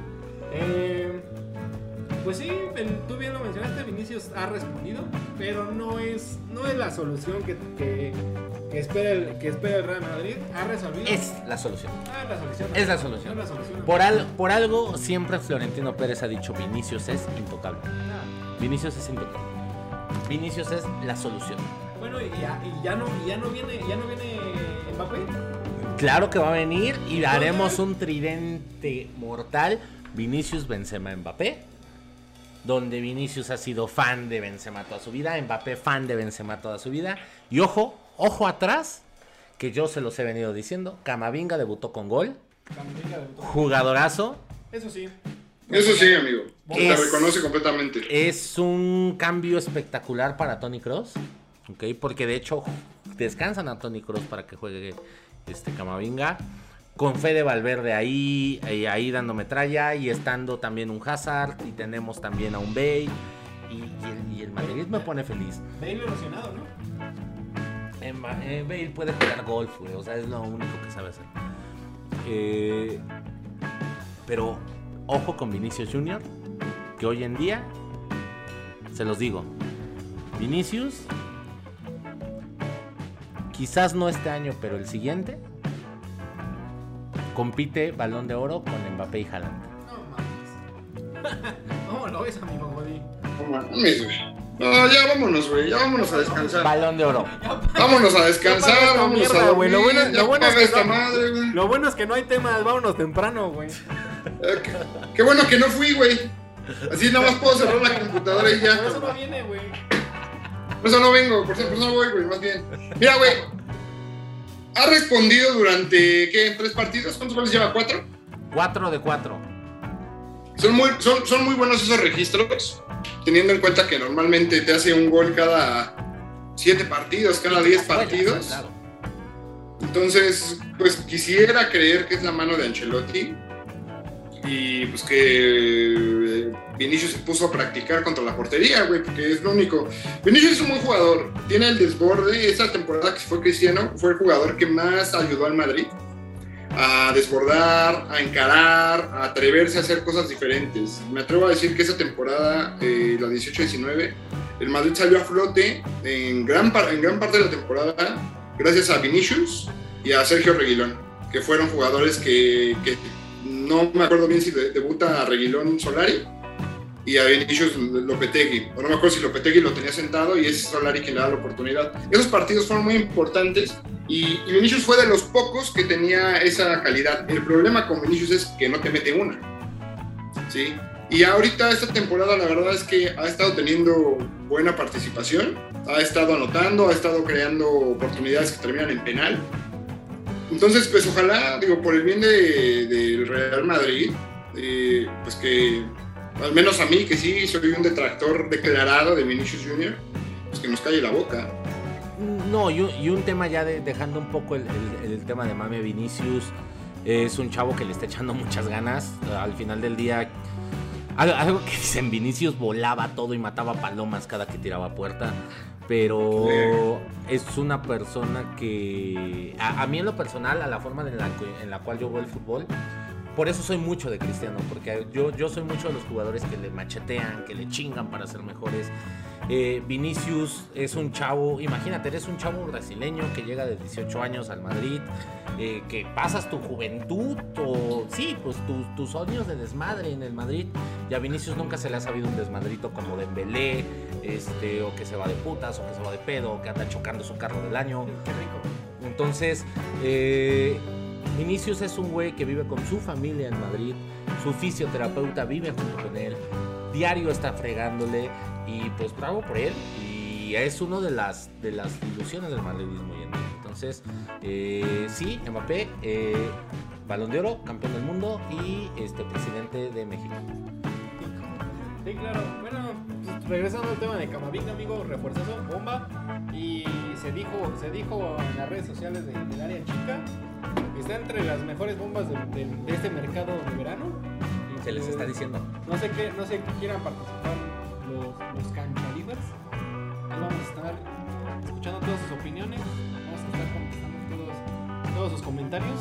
S2: Pues sí, tú bien lo mencionaste, Vinicius ha respondido, pero no es la solución que espera el Real Madrid. Ha resolvido.
S1: Es la solución.
S2: La solución.
S1: Es la solución.
S2: Es la solución.
S1: Por algo siempre Florentino Pérez ha dicho: Vinicius es intocable. Vinicius es intocable. Vinicius es la solución.
S2: Bueno, y ya no viene Mbappé.
S1: Claro que va a venir y haremos un tridente mortal: Vinicius, Benzema, Mbappé. Donde Vinicius ha sido fan de Benzema toda su vida, Mbappé fan de Benzema toda su vida. Y ojo atrás, que yo se los he venido diciendo: Camavinga debutó con gol. Jugadorazo.
S2: Eso sí.
S3: Eso sí, amigo. Te
S1: Es-
S3: reconoce completamente.
S1: Es un cambio espectacular para Toni Kroos, ¿ok? Porque de hecho descansan a Toni Kroos para que juegue Camavinga. Con Fede Valverde ahí dando metralla, y estando también un Hazard, y tenemos también a un Bale, y el Madrid me pone feliz.
S2: Bale erosionado, ¿no?
S1: Bale puede jugar golf, güey, o sea, es lo único que sabe hacer. Pero ojo con Vinicius Junior, que hoy en día, se los digo, Vinicius, quizás no este año, pero el siguiente, compite Balón de Oro con Mbappé y Haaland.
S2: No mames. ¿Cómo lo ves, amigo Body?
S3: No mames, güey. No, ya vámonos, güey. Ya vámonos a descansar.
S1: Balón de Oro.
S3: Vámonos a descansar,
S2: Ya paga esta
S3: vámonos
S2: mierda,
S3: a
S2: güey.
S3: dormir.
S2: Lo bueno es
S3: paga
S2: que
S3: esta
S2: no-
S3: madre, güey.
S2: Lo bueno es que no hay temas, vámonos temprano, güey.
S3: Qué bueno que no fui, güey. Así nada más puedo cerrar la computadora y
S2: Por eso
S3: ya.
S2: no viene, güey.
S3: Por eso no vengo, por eso no voy, güey, más bien. Mira, güey, ha respondido durante, ¿qué? ¿3 partidos? ¿Cuántos goles lleva? ¿4?
S1: 4 de 4.
S3: Son muy buenos esos registros, teniendo en cuenta que normalmente te hace un gol cada 7 partidos, cada 10 partidos.
S1: Claro.
S3: Entonces, pues quisiera creer que es la mano de Ancelotti y pues que Vinicius se puso a practicar contra la portería, güey, porque es lo único. Vinicius es un buen jugador, tiene el desborde. Esta temporada que fue Cristiano, fue el jugador que más ayudó al Madrid a desbordar, a encarar, a atreverse a hacer cosas diferentes. Me atrevo a decir que esa temporada, la 18-19, el Madrid salió a flote en gran parte de la temporada gracias a Vinicius y a Sergio Reguilón, que fueron jugadores que no me acuerdo bien si debuta a Reguilón Solari y a Vinicius Lopetegui, o no me acuerdo si Lopetegui lo tenía sentado y es Solari quien le da la oportunidad. Esos partidos fueron muy importantes y Vinicius fue de los pocos que tenía esa calidad. El problema con Vinicius es que no te mete una, ¿sí? Y ahorita esta temporada la verdad es que ha estado teniendo buena participación, ha estado anotando, ha estado creando oportunidades que terminan en penal. Entonces, pues ojalá, digo, por el bien del Real Madrid, pues que, al menos a mí, que sí soy un detractor declarado de Vinicius Jr., pues que nos calle la boca.
S1: No, y un tema ya dejando un poco el tema de mame. Vinicius es un chavo que le está echando muchas ganas. Al final del día, algo que dicen, Vinicius volaba todo y mataba palomas cada que tiraba puerta. Pero es una persona que a mí en lo personal, a la forma en la cual yo veo el fútbol, por eso soy mucho de Cristiano, porque yo soy mucho de los jugadores que le machetean, que le chingan para ser mejores. Vinicius es un chavo, imagínate, eres un chavo brasileño que llega de 18 años al Madrid, que pasas tu juventud o sí, pues tus años de desmadre en el Madrid, y a Vinicius nunca se le ha sabido un desmadrito como Dembélé, o que se va de putas, o que se va de pedo, o que anda chocando su carro del año.
S2: Qué rico.
S1: Entonces, Vinicius es un güey que vive con su familia en Madrid, su fisioterapeuta vive junto con él, diario está fregándole, y pues bravo por él, y es uno de las ilusiones del madridismo hoy en día. Entonces, sí, Mbappé, Balón de Oro, campeón del mundo y presidente de México.
S2: Sí, claro. Bueno, pues, regresando al tema de Camavinga, amigo, refuerzazo, bomba. Y se dijo en las redes sociales del área chica que está entre las mejores bombas de este mercado de verano. Y
S1: Se les está diciendo.
S2: No sé qué quieran participar los canchalivers. Vamos a estar escuchando todas sus opiniones. Vamos a estar contestando todos sus comentarios.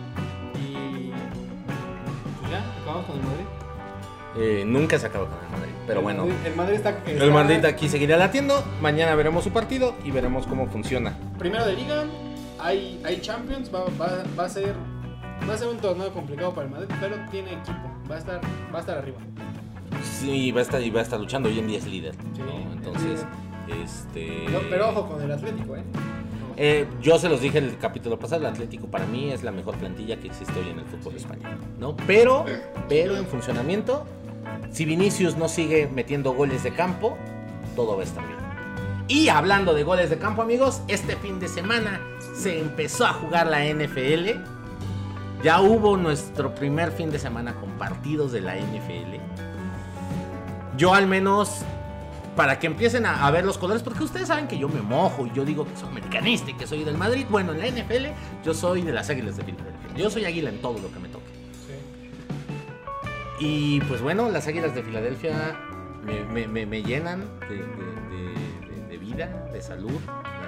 S2: Y pues ya, acabamos con el Madrid.
S1: Nunca se acaba con el Madrid, pero bueno.
S2: El Madrid está
S1: El Madrid aquí seguirá latiendo. Mañana veremos su partido y veremos cómo funciona.
S2: Primero de liga, hay Champions, va a ser un torneo complicado para el Madrid, pero tiene equipo, va a estar arriba.
S1: Sí, va a estar luchando. Hoy en día es líder,
S2: Sí,
S1: ¿no? Entonces,
S2: No, pero ojo con el Atlético,
S1: yo se los dije en el capítulo pasado, el Atlético para mí es la mejor plantilla que existe hoy en el fútbol español, ¿no? Pero en funcionamiento, si Vinicius no sigue metiendo goles de campo, todo va a estar bien. Y hablando de goles de campo, amigos, este fin de semana se empezó a jugar la NFL. Ya hubo nuestro primer fin de semana con partidos de la NFL. Yo al menos, para que empiecen a ver los colores, porque ustedes saben que yo me mojo y yo digo que soy americanista y que soy del Madrid. Bueno, en la NFL yo soy de las Águilas de Filadelfia. Yo soy águila en todo lo que me toque.
S2: Sí.
S1: Y pues bueno, las Águilas de Filadelfia me llenan de vida, de salud,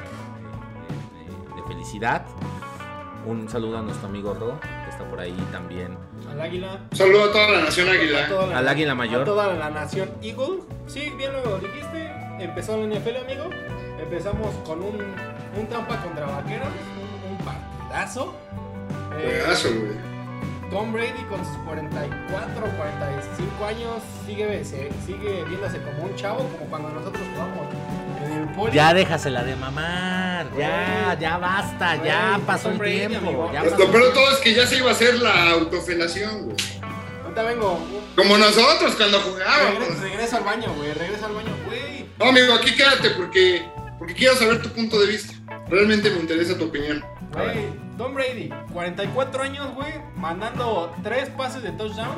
S1: de felicidad. Un saludo a nuestro amigo Ro, que está por ahí también.
S2: Al Águila.
S3: Saludo a toda la nación Águila.
S1: Al Águila Mayor.
S2: A toda la nación Eagle. Sí, bien lo dijiste. Empezó la NFL, amigo. Empezamos con un Tampa contra Vaqueros. Un partidazo.
S3: Juegazo, güey.
S2: Tom Brady con sus 44, 45 años sigue viéndose como un chavo, como cuando nosotros jugamos en el poli.
S1: Ya déjasela de mamar, ya basta, ya pasó el tiempo.
S3: Lo peor de todo es que ya se iba a hacer la autofelación, güey.
S2: Ahorita vengo.
S3: Como nosotros cuando jugábamos.
S2: Regreso al baño, güey.
S3: No, amigo, aquí quédate porque porque quiero saber tu punto de vista. Realmente me interesa tu opinión.
S2: Güey, Tom Brady, 44 años, güey, mandando 3 pases de touchdown.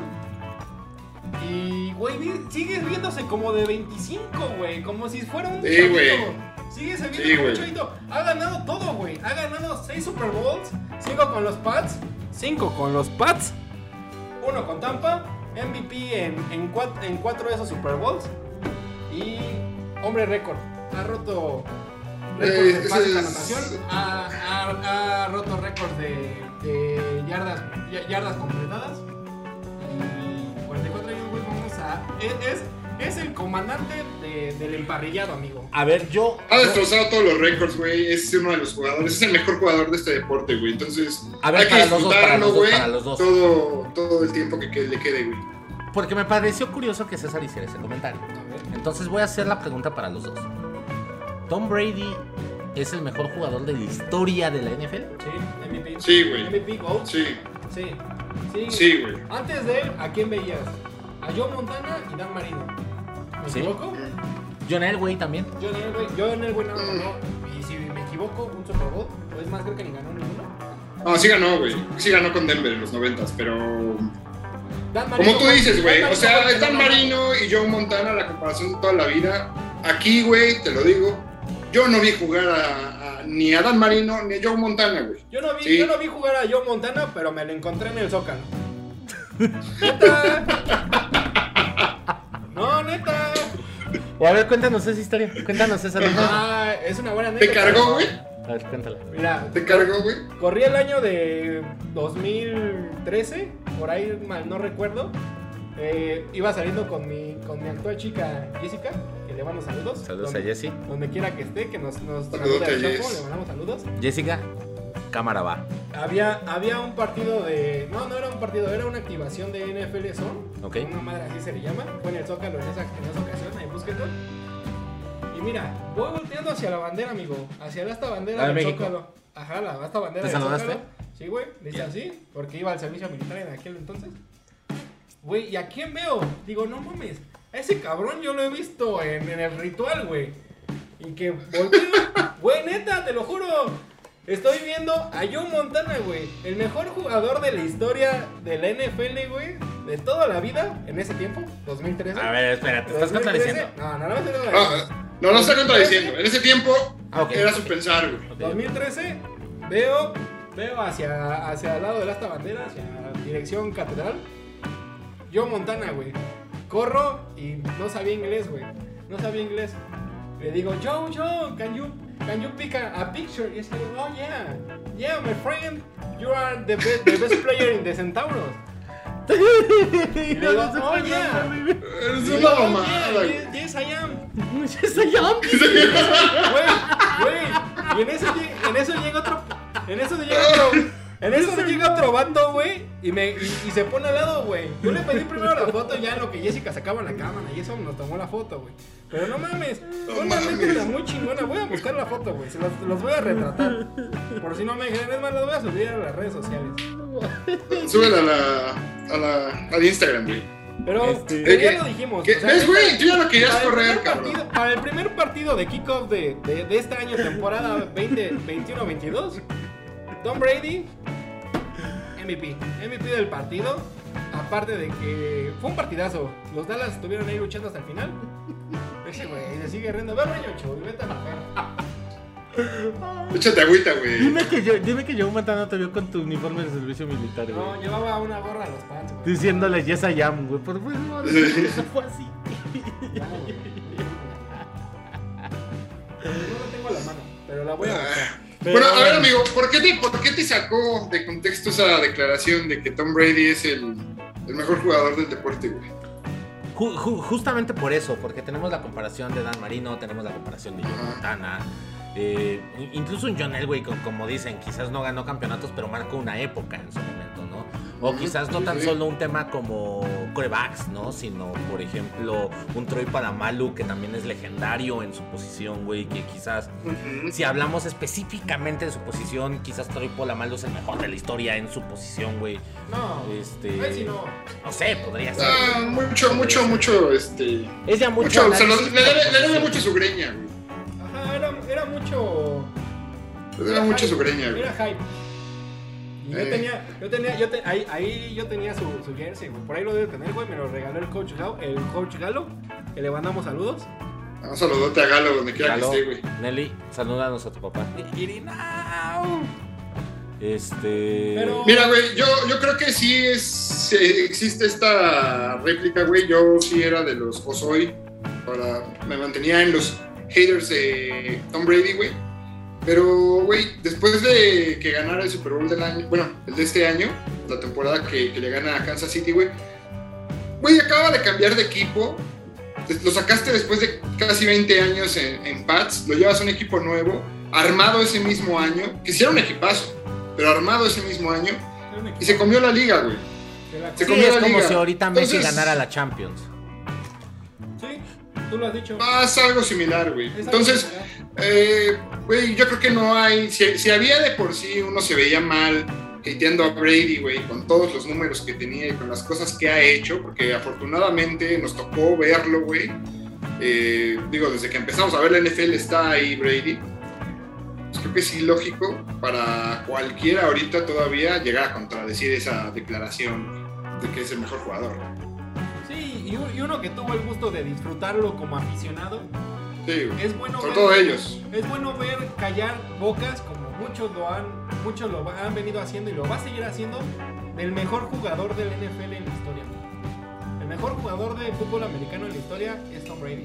S2: Y, güey, sigues viéndose como de 25, güey, como si fuera un
S3: Sí,
S2: chavito.
S3: güey.
S2: Sigues viendo
S3: Sí,
S2: como un
S3: güey.
S2: chavito. Ha ganado todo, güey. Ha ganado 6 Super Bowls, 5 con los Pats, 5 con los Pats, 1 con Tampa, MVP en 4 de esos Super Bowls. Y hombre récord. Ha roto récords de pases de anotación. Ha roto récords de yardas completadas. Y 44 años, güey, vamos a... Es el comandante del emparrillado, amigo.
S1: A ver, yo...
S3: Ha destrozado todos los récords, güey. Es uno de los jugadores. Es el mejor jugador de este deporte, güey. Entonces,
S1: A ver,
S3: hay que
S1: para los dos,
S3: disfrutarlo, güey.
S1: para los dos.
S3: Todo el tiempo que le quede, güey.
S1: Porque me pareció curioso que César hiciera ese comentario.
S2: A ver.
S1: Entonces voy a hacer la pregunta para los dos. ¿Tom Brady es el mejor jugador de la historia de la NFL?
S2: Sí, MVP.
S3: Sí, güey.
S2: MVP GOAT.
S3: Sí,
S2: Sí,
S3: güey.
S2: Antes de él, ¿a quién veías? A Joe Montana y Dan Marino. ¿Me
S1: Sí.
S2: equivoco?
S1: John Elway también.
S2: Yo en el güey no. Y si me equivoco, un Super Bowl. O es más, creo que ni ganó ninguno.
S3: No, sí ganó, güey. Sí ganó con Denver en los 90s, pero...
S2: Dan Marino,
S3: Como tú dices, güey.
S2: Dan
S3: O sea,
S2: Marino,
S3: es Dan Marino y Joe Montana, la comparación de toda la vida. Aquí, güey, te lo digo. Yo no vi jugar ni a Dan Marino ni a Joe Montana, güey.
S2: Yo no vi
S3: Sí.
S2: jugar a Joe Montana, pero me lo encontré en el Zócalo. ¡Neta! No, neta.
S1: O a ver, cuéntanos esa historia. Cuéntanos esa anécdota.
S2: Es una buena
S3: ¿Te
S2: anécdota.
S3: cargó, güey?
S1: A ver, cuéntala.
S2: Mira,
S3: ¿Te cargó, güey?
S2: corrí el año de 2013, por ahí mal no recuerdo. Iba saliendo con mi actual chica Jessica, que le mando saludos.
S1: Saludos a Jessie.
S2: Donde quiera que esté, que nos
S3: Saludos
S2: saluda
S3: a
S2: el Chapo,
S3: Jess.
S2: le mandamos saludos.
S1: Jessica, cámara va.
S2: Había un partido de... No era un partido, era una activación de NFL Zone.
S1: Ok.
S2: Una madre así se le llama. Fue en el Zócalo en esa ocasión, ahí búsquenlo. Y mira, voy volteando hacia la bandera, amigo. Hacia esta bandera
S1: ¿La de
S2: del
S1: México?
S2: Zócalo. Ajá, esta bandera
S1: ¿Te
S2: del
S1: saludaste?
S2: Zócalo. Sí, güey, le hice así, porque iba al servicio militar en aquel entonces. Güey, ¿y a quién veo? Digo, no mames, a ese cabrón yo lo he visto en el ritual, güey. Y que volteo, güey, neta, te lo juro. Estoy viendo a Joe Montana, güey. El mejor jugador de la historia de la NFL, güey. De toda la vida, en ese tiempo, 2013.
S1: A ver, espera, te estás
S2: 2013.
S1: contradiciendo.
S2: No me estoy contradiciendo.
S3: No está contradiciendo. En ese tiempo
S1: Ok.
S3: era su pensar, güey.
S2: 2013, veo hacia el lado de esta bandera, hacia la dirección catedral. Joe Montana, güey. Corro y no sabía inglés, güey. No sabía inglés. Le digo, Joe, can you pick a picture? Y dice, oh yeah, my friend, you are the best player in the Centauros. Y le digo, oh yeah.
S3: Eres
S2: Y
S3: una
S2: digo, "Oh,
S3: mamada,
S2: yeah,
S3: güey.
S2: yes, I am. Güey, y en eso llega otro vato, güey, y se pone al lado, güey. Yo le pedí primero la foto ya en lo que Jessica sacaba la cámara y eso nos tomó la foto, güey. Pero no mames, fue una anécdota muy chingona. Voy a buscar la foto, güey. Se los voy a retratar. Por si no me creen, es más, los voy a subir a las redes sociales.
S3: Súbela al Instagram, güey.
S2: Pero ya lo dijimos.
S3: ¿Qué?
S2: o sea,
S3: ¿Ves, güey? Tú ya lo querías
S2: para el
S3: correr,
S2: primer
S3: cabrón.
S2: partido- Para el primer partido de kickoff de este año, temporada 2021-22, Tom Brady, MVP del partido. Aparte de que fue un partidazo. Los Dallas estuvieron ahí luchando hasta el final. Ese güey se sigue riendo. Ve, Reño, chulo, vete a bajar.
S3: Échate agüita, güey.
S1: Dime que Joe Montana te vio con tu uniforme de servicio militar, güey.
S2: No, llevaba una gorra a los pants, güey.
S1: Diciéndole yes I am, güey. Por favor, eso fue así.
S2: Ya, güey. No la tengo a la mano, pero la voy a buscar.
S3: Bueno, a ver, amigo, ¿por qué te sacó de contexto esa declaración de que Tom Brady es el mejor jugador del deporte, güey?
S1: Justamente por eso, porque tenemos la comparación de Dan Marino, tenemos la comparación de Joe Montana. Incluso un John Elway, como dicen, quizás no ganó campeonatos, pero marcó una época en su momento, ¿no? O quizás no tan solo un tema como quarterbacks, ¿no? Sino, por ejemplo, un Troy Polamalu, que también es legendario en su posición, güey, que quizás, si hablamos específicamente de su posición, quizás Troy Polamalu es el mejor de la historia en su posición, güey.
S2: No, ahí sí no.
S1: No sé, podría ser.
S3: Mucho,
S1: Es ya mucho
S3: le
S1: análisis,
S3: debe mucho su greña, güey.
S2: Ajá, era mucho.
S3: Era mucho su greña, güey.
S2: Era hype. Y yo tenía su jersey, güey. Por ahí lo debe tener, güey. Me lo regaló el coach Galo, que le mandamos saludos.
S3: Un saludote a Galo, donde quiera
S1: Galo,
S3: que esté, güey.
S1: Nelly, salúdanos a tu papá.
S2: Irinao.
S1: Pero...
S3: Mira, güey, yo creo que sí existe esta réplica, güey. Yo sí era de los, o soy, me mantenía en los haters de Tom Brady, güey. Pero, güey, después de que ganara el Super Bowl del año, bueno, el de este año, la temporada que le gana a Kansas City, güey, acaba de cambiar de equipo. Lo sacaste después de casi 20 años en Pats, lo llevas a un equipo nuevo, armado ese mismo año, que sí era un equipazo, pero armado ese mismo año, y se comió la liga, güey.
S1: Sí, es como si ahorita Messi ganara la Champions.
S2: Sí, tú lo has dicho.
S3: Pasa algo similar, güey. Entonces, güey, yo creo que no hay, si había de por sí uno se veía mal hateando a Brady, güey, con todos los números que tenía y con las cosas que ha hecho, porque afortunadamente nos tocó verlo, güey. Desde que empezamos a ver la NFL está ahí Brady. Pues creo que es ilógico para cualquiera ahorita todavía llegar a contradecir esa declaración de que es el mejor jugador.
S2: Sí, y uno que tuvo el gusto de disfrutarlo como aficionado.
S3: Sí,
S2: es bueno
S3: sobre todo ellos.
S2: Es bueno ver callar bocas como muchos lo han venido haciendo y lo va a seguir haciendo, del mejor jugador del NFL en la historia. El mejor jugador de fútbol americano en la historia es Tom Brady.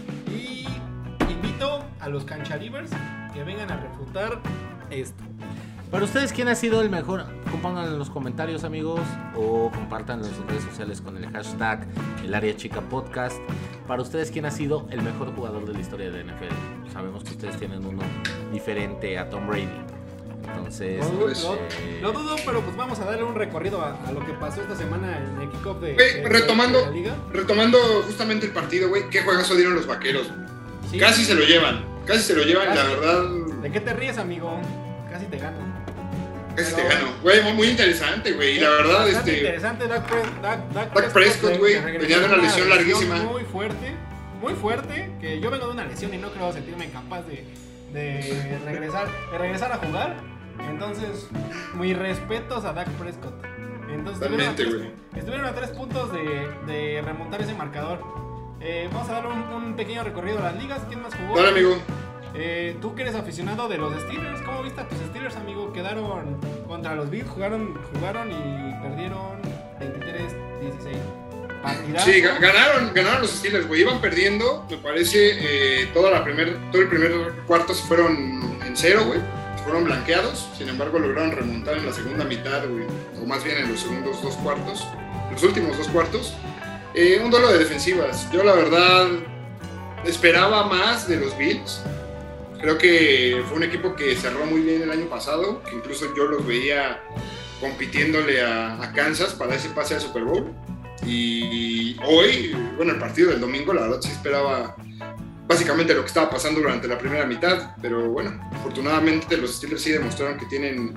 S2: Y invito a los canchalivers que vengan a refutar esto.
S1: Para ustedes, ¿quién ha sido el mejor? Compónganlo en los comentarios, amigos, o compartan en sus redes sociales con el hashtag El Área Chica Podcast. Para ustedes, ¿quién ha sido el mejor jugador de la historia de la NFL? Sabemos que ustedes tienen uno diferente a Tom Brady. Entonces,
S2: lo dudo, pero pues vamos a darle un recorrido a lo que pasó esta semana en el kickoff de
S3: retomando,
S2: la liga.
S3: Retomando justamente el partido, güey, qué juegazo dieron los Vaqueros. Sí. Casi se lo llevan, la verdad.
S2: ¿De qué te ríes, amigo? Casi te gano.
S3: Te gano, güey, muy interesante, güey, y la verdad,
S2: interesante,
S3: Dak Prescott, güey, venía de una lesión larguísima.
S2: Muy fuerte, que yo vengo de una lesión y no creo sentirme capaz de regresar a jugar. Entonces, mis respetos a Dak Prescott. Entonces, estuvieron a 3 puntos de remontar ese marcador. Vamos a darle un pequeño recorrido a las ligas. ¿Quién más jugó?
S3: Dale, amigo.
S2: Tú que eres aficionado de los Steelers, ¿cómo viste a tus Steelers, amigo? Quedaron contra los Bills, jugaron y perdieron 23-16. Partidazo.
S3: Sí, ganaron los Steelers, güey. Iban perdiendo, me parece, todo el primer cuarto se fueron en 0, güey. Se fueron blanqueados, sin embargo lograron remontar en la segunda mitad, güey. O más bien en los segundos 2 cuartos, los últimos 2 cuartos. Un duelo de defensivas. Yo la verdad esperaba más de los Bills. Creo que fue un equipo que cerró muy bien el año pasado, que incluso yo los veía compitiéndole a Kansas para ese pase al Super Bowl. Y hoy, bueno, el partido del domingo, la verdad sí esperaba básicamente lo que estaba pasando durante la primera mitad, pero bueno, afortunadamente los Steelers sí demostraron que tienen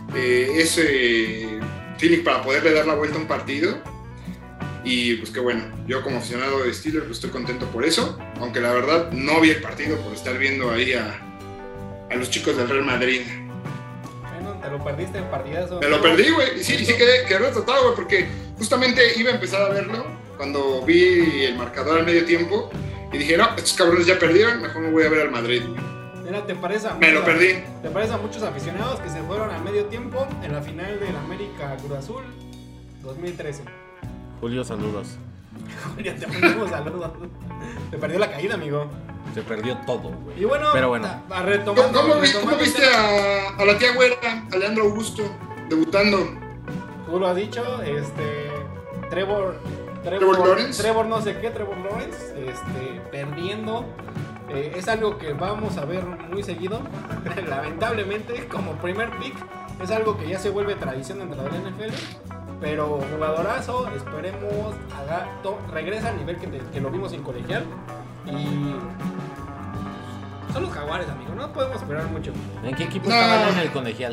S3: ese feeling para poderle dar la vuelta a un partido. Y pues que bueno, yo como aficionado de Steelers pues estoy contento por eso, aunque la verdad no vi el partido por estar viendo ahí a los chicos del Real Madrid.
S2: Bueno, te lo perdiste en partidazo.
S3: Me lo perdí, güey, y sí quedé retratado, güey, porque justamente iba a empezar a verlo cuando vi el marcador al medio tiempo y dije, no, estos cabrones ya perdieron, mejor me voy a ver al Madrid, güey.
S2: Mira,
S3: me lo perdí.
S2: ¿Te parece a muchos aficionados que se fueron al medio tiempo en la final del América Cruz Azul 2013?
S1: Julio, saludos.
S2: Julio, te mandamos saludos. Te perdió la caída, amigo.
S1: Se perdió todo, güey.
S2: Y bueno,
S1: pero bueno.
S3: ¿Cómo viste a la tía güera, a Leandro Augusto, debutando?
S2: Tú lo has dicho, Trevor
S3: Lawrence.
S2: Trevor no sé qué, Trevor Lawrence, perdiendo. Es algo que vamos a ver muy seguido. Lamentablemente, como primer pick, es algo que ya se vuelve tradición dentro del NFL. Pero jugadorazo, esperemos regresa al nivel que lo vimos en colegial. Y son los Jaguares, amigo, no podemos esperar mucho.
S1: ¿En qué equipo estaban en el colegial?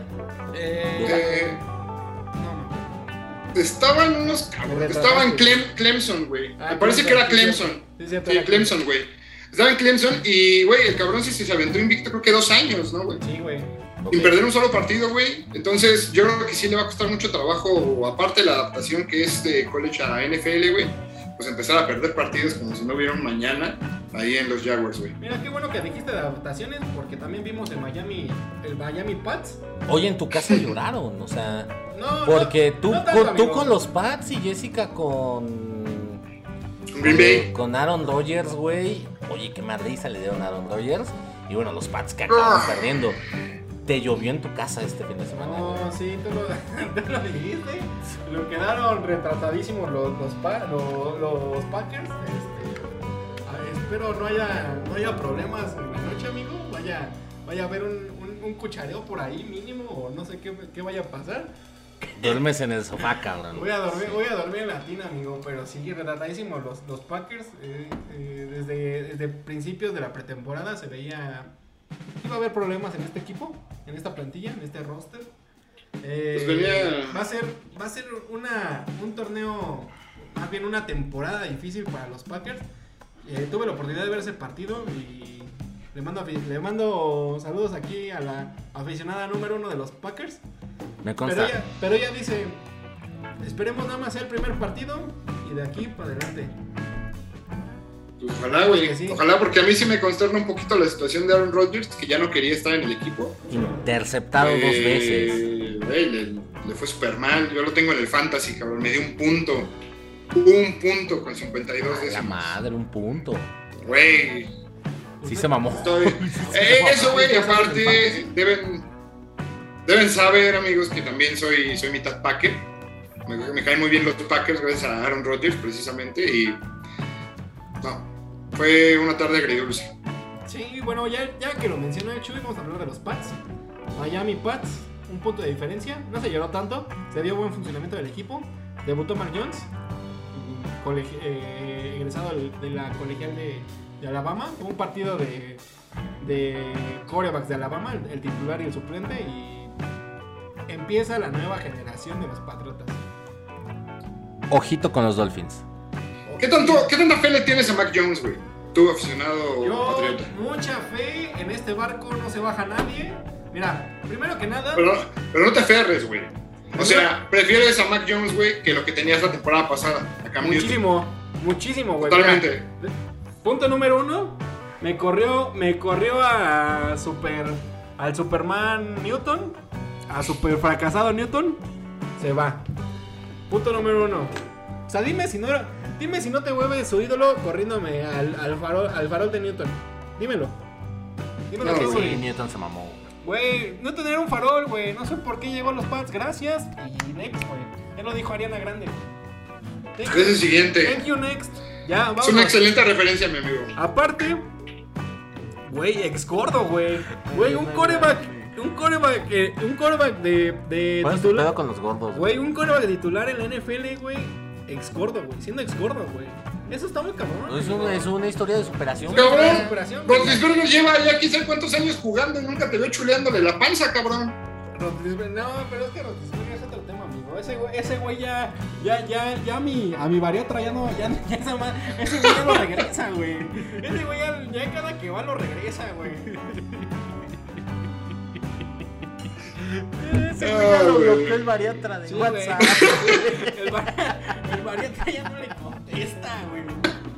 S3: Estaban unos cabrones. Estaban Clemson, güey. Me parece que era Clemson.
S2: Sí,
S3: Clemson, güey. Estaba en Clemson y, güey, el cabrón sí se aventó invicto creo que 2 años, ¿no, güey?
S2: Sí, güey.
S3: Sin perder un solo partido, güey. Entonces, yo creo que sí le va a costar mucho trabajo, aparte de la adaptación que es de college a NFL, güey, pues empezar a perder partidos como si no hubiera un mañana ahí en los Jaguars, güey.
S2: Mira, qué bueno que dijiste de adaptaciones, porque también vimos el Miami Pats.
S1: Hoy en tu casa lloraron, o sea,
S2: No,
S1: porque tú,
S2: no tanto,
S1: tú
S2: amigo.
S1: con los Pats y Jessica con
S3: Green Bay.
S1: con Aaron Rodgers, güey. Oye, qué madriza le dieron a Aaron Rodgers. Y bueno, los Pats que acaban perdiendo. Te llovió en tu casa este fin de semana.
S2: No, sí, tú lo dijiste. Lo quedaron retratadísimos los Packers. Espero no haya problemas en la noche, amigo. Vaya a haber un cuchareo por ahí mínimo, o no sé qué vaya a pasar.
S1: Duermes en el sofá, cabrón.
S2: Voy a dormir en la tina, amigo, pero sí, retratadísimos los Packers. Desde principios de la pretemporada se veía que iba a haber problemas en este equipo, en esta plantilla, en este roster.
S3: Pues venía...
S2: Va a ser un torneo, más bien una temporada difícil para los Packers. Tuve la oportunidad de ver ese partido y le mando saludos aquí a la aficionada número 1 de los Packers.
S1: Me consta.
S2: Pero ella dice, esperemos nada más ser el primer partido y de aquí para adelante.
S3: Pues ojalá, güey.
S2: Sí.
S3: Ojalá, porque a mí sí me consterna un poquito la situación de Aaron Rodgers, que ya no quería estar en el equipo.
S1: Interceptado 2 veces.
S3: Güey, le fue súper mal. Yo lo tengo en el fantasy, cabrón. Me dio un punto. Un punto con 52
S1: La
S3: décimos.
S1: madre, un punto.
S3: Güey.
S1: Sí se mamó.
S3: Eso, güey, aparte, deben saber, amigos, que también soy mitad Packer. Me caen muy bien los Packers gracias a Aaron Rodgers, precisamente. Y no, fue una tarde agridulce.
S2: Sí, bueno, ya que lo mencionó Chuy, vamos a hablar de los Pats. Miami Pats, un punto de diferencia. No se lloró tanto, se dio buen funcionamiento del equipo. Debutó Mark Jones, egresado de la colegial de Alabama. Hubo un partido de quarterbacks de Alabama, el titular y el suplente, y empieza la nueva generación de los Patriotas.
S1: Ojito con los Dolphins.
S3: ¿Qué tanta fe le tienes a Mac Jones, güey? Tú, aficionado
S2: Yo,
S3: patriota.
S2: mucha fe, en este barco no se baja nadie. Mira, primero que nada...
S3: Pero no te aferres, güey. O sea, prefieres a Mac Jones, güey, que lo que tenías la temporada pasada. A Cam Newton.
S2: Muchísimo, güey.
S3: Totalmente.
S2: Mira, punto número 1. Me corrió al Superman Newton. A super fracasado Newton. Se va. Punto número 1. O sea, dime si no te vuelve su ídolo corriéndome al farol de Newton. Dímelo. Dímelo
S3: No,
S2: que,
S1: Sí,
S2: güey.
S1: Newton se mamó.
S2: Güey, no tener un farol, güey. No sé por qué llegó a los Pats. Gracias. Y next, güey. Ya lo dijo Ariana Grande.
S3: Es el siguiente.
S2: Thank you, next. Ya, vamos.
S3: Es una excelente referencia, mi amigo.
S2: Aparte, güey, ex gordo, güey. Güey, un coreback de
S1: ¿Cuál es tu
S2: titular.
S1: pedo con los gordos?
S2: Güey, un coreback de titular en la NFL, güey. Ex gordo, güey. Siendo ex gordo, güey. Eso está muy cabrón.
S1: Es una historia de superación.
S3: Cabrón,
S2: Superación, güey.
S3: Rodríguez lleva ya quién sabe cuántos años jugando y nunca te veo chuleándole la panza, cabrón.
S2: No, pero es que Rodríguez es otro tema, amigo. Ese güey ya a mi bariatra ya no, ese güey ya lo regresa, güey. Ese güey ya cada que va lo regresa, güey.
S1: Ese güey ya lo
S3: güey.
S1: bloqueó el bariatra de
S2: Sí,
S1: WhatsApp.
S2: El bariatra ya no le contesta, güey.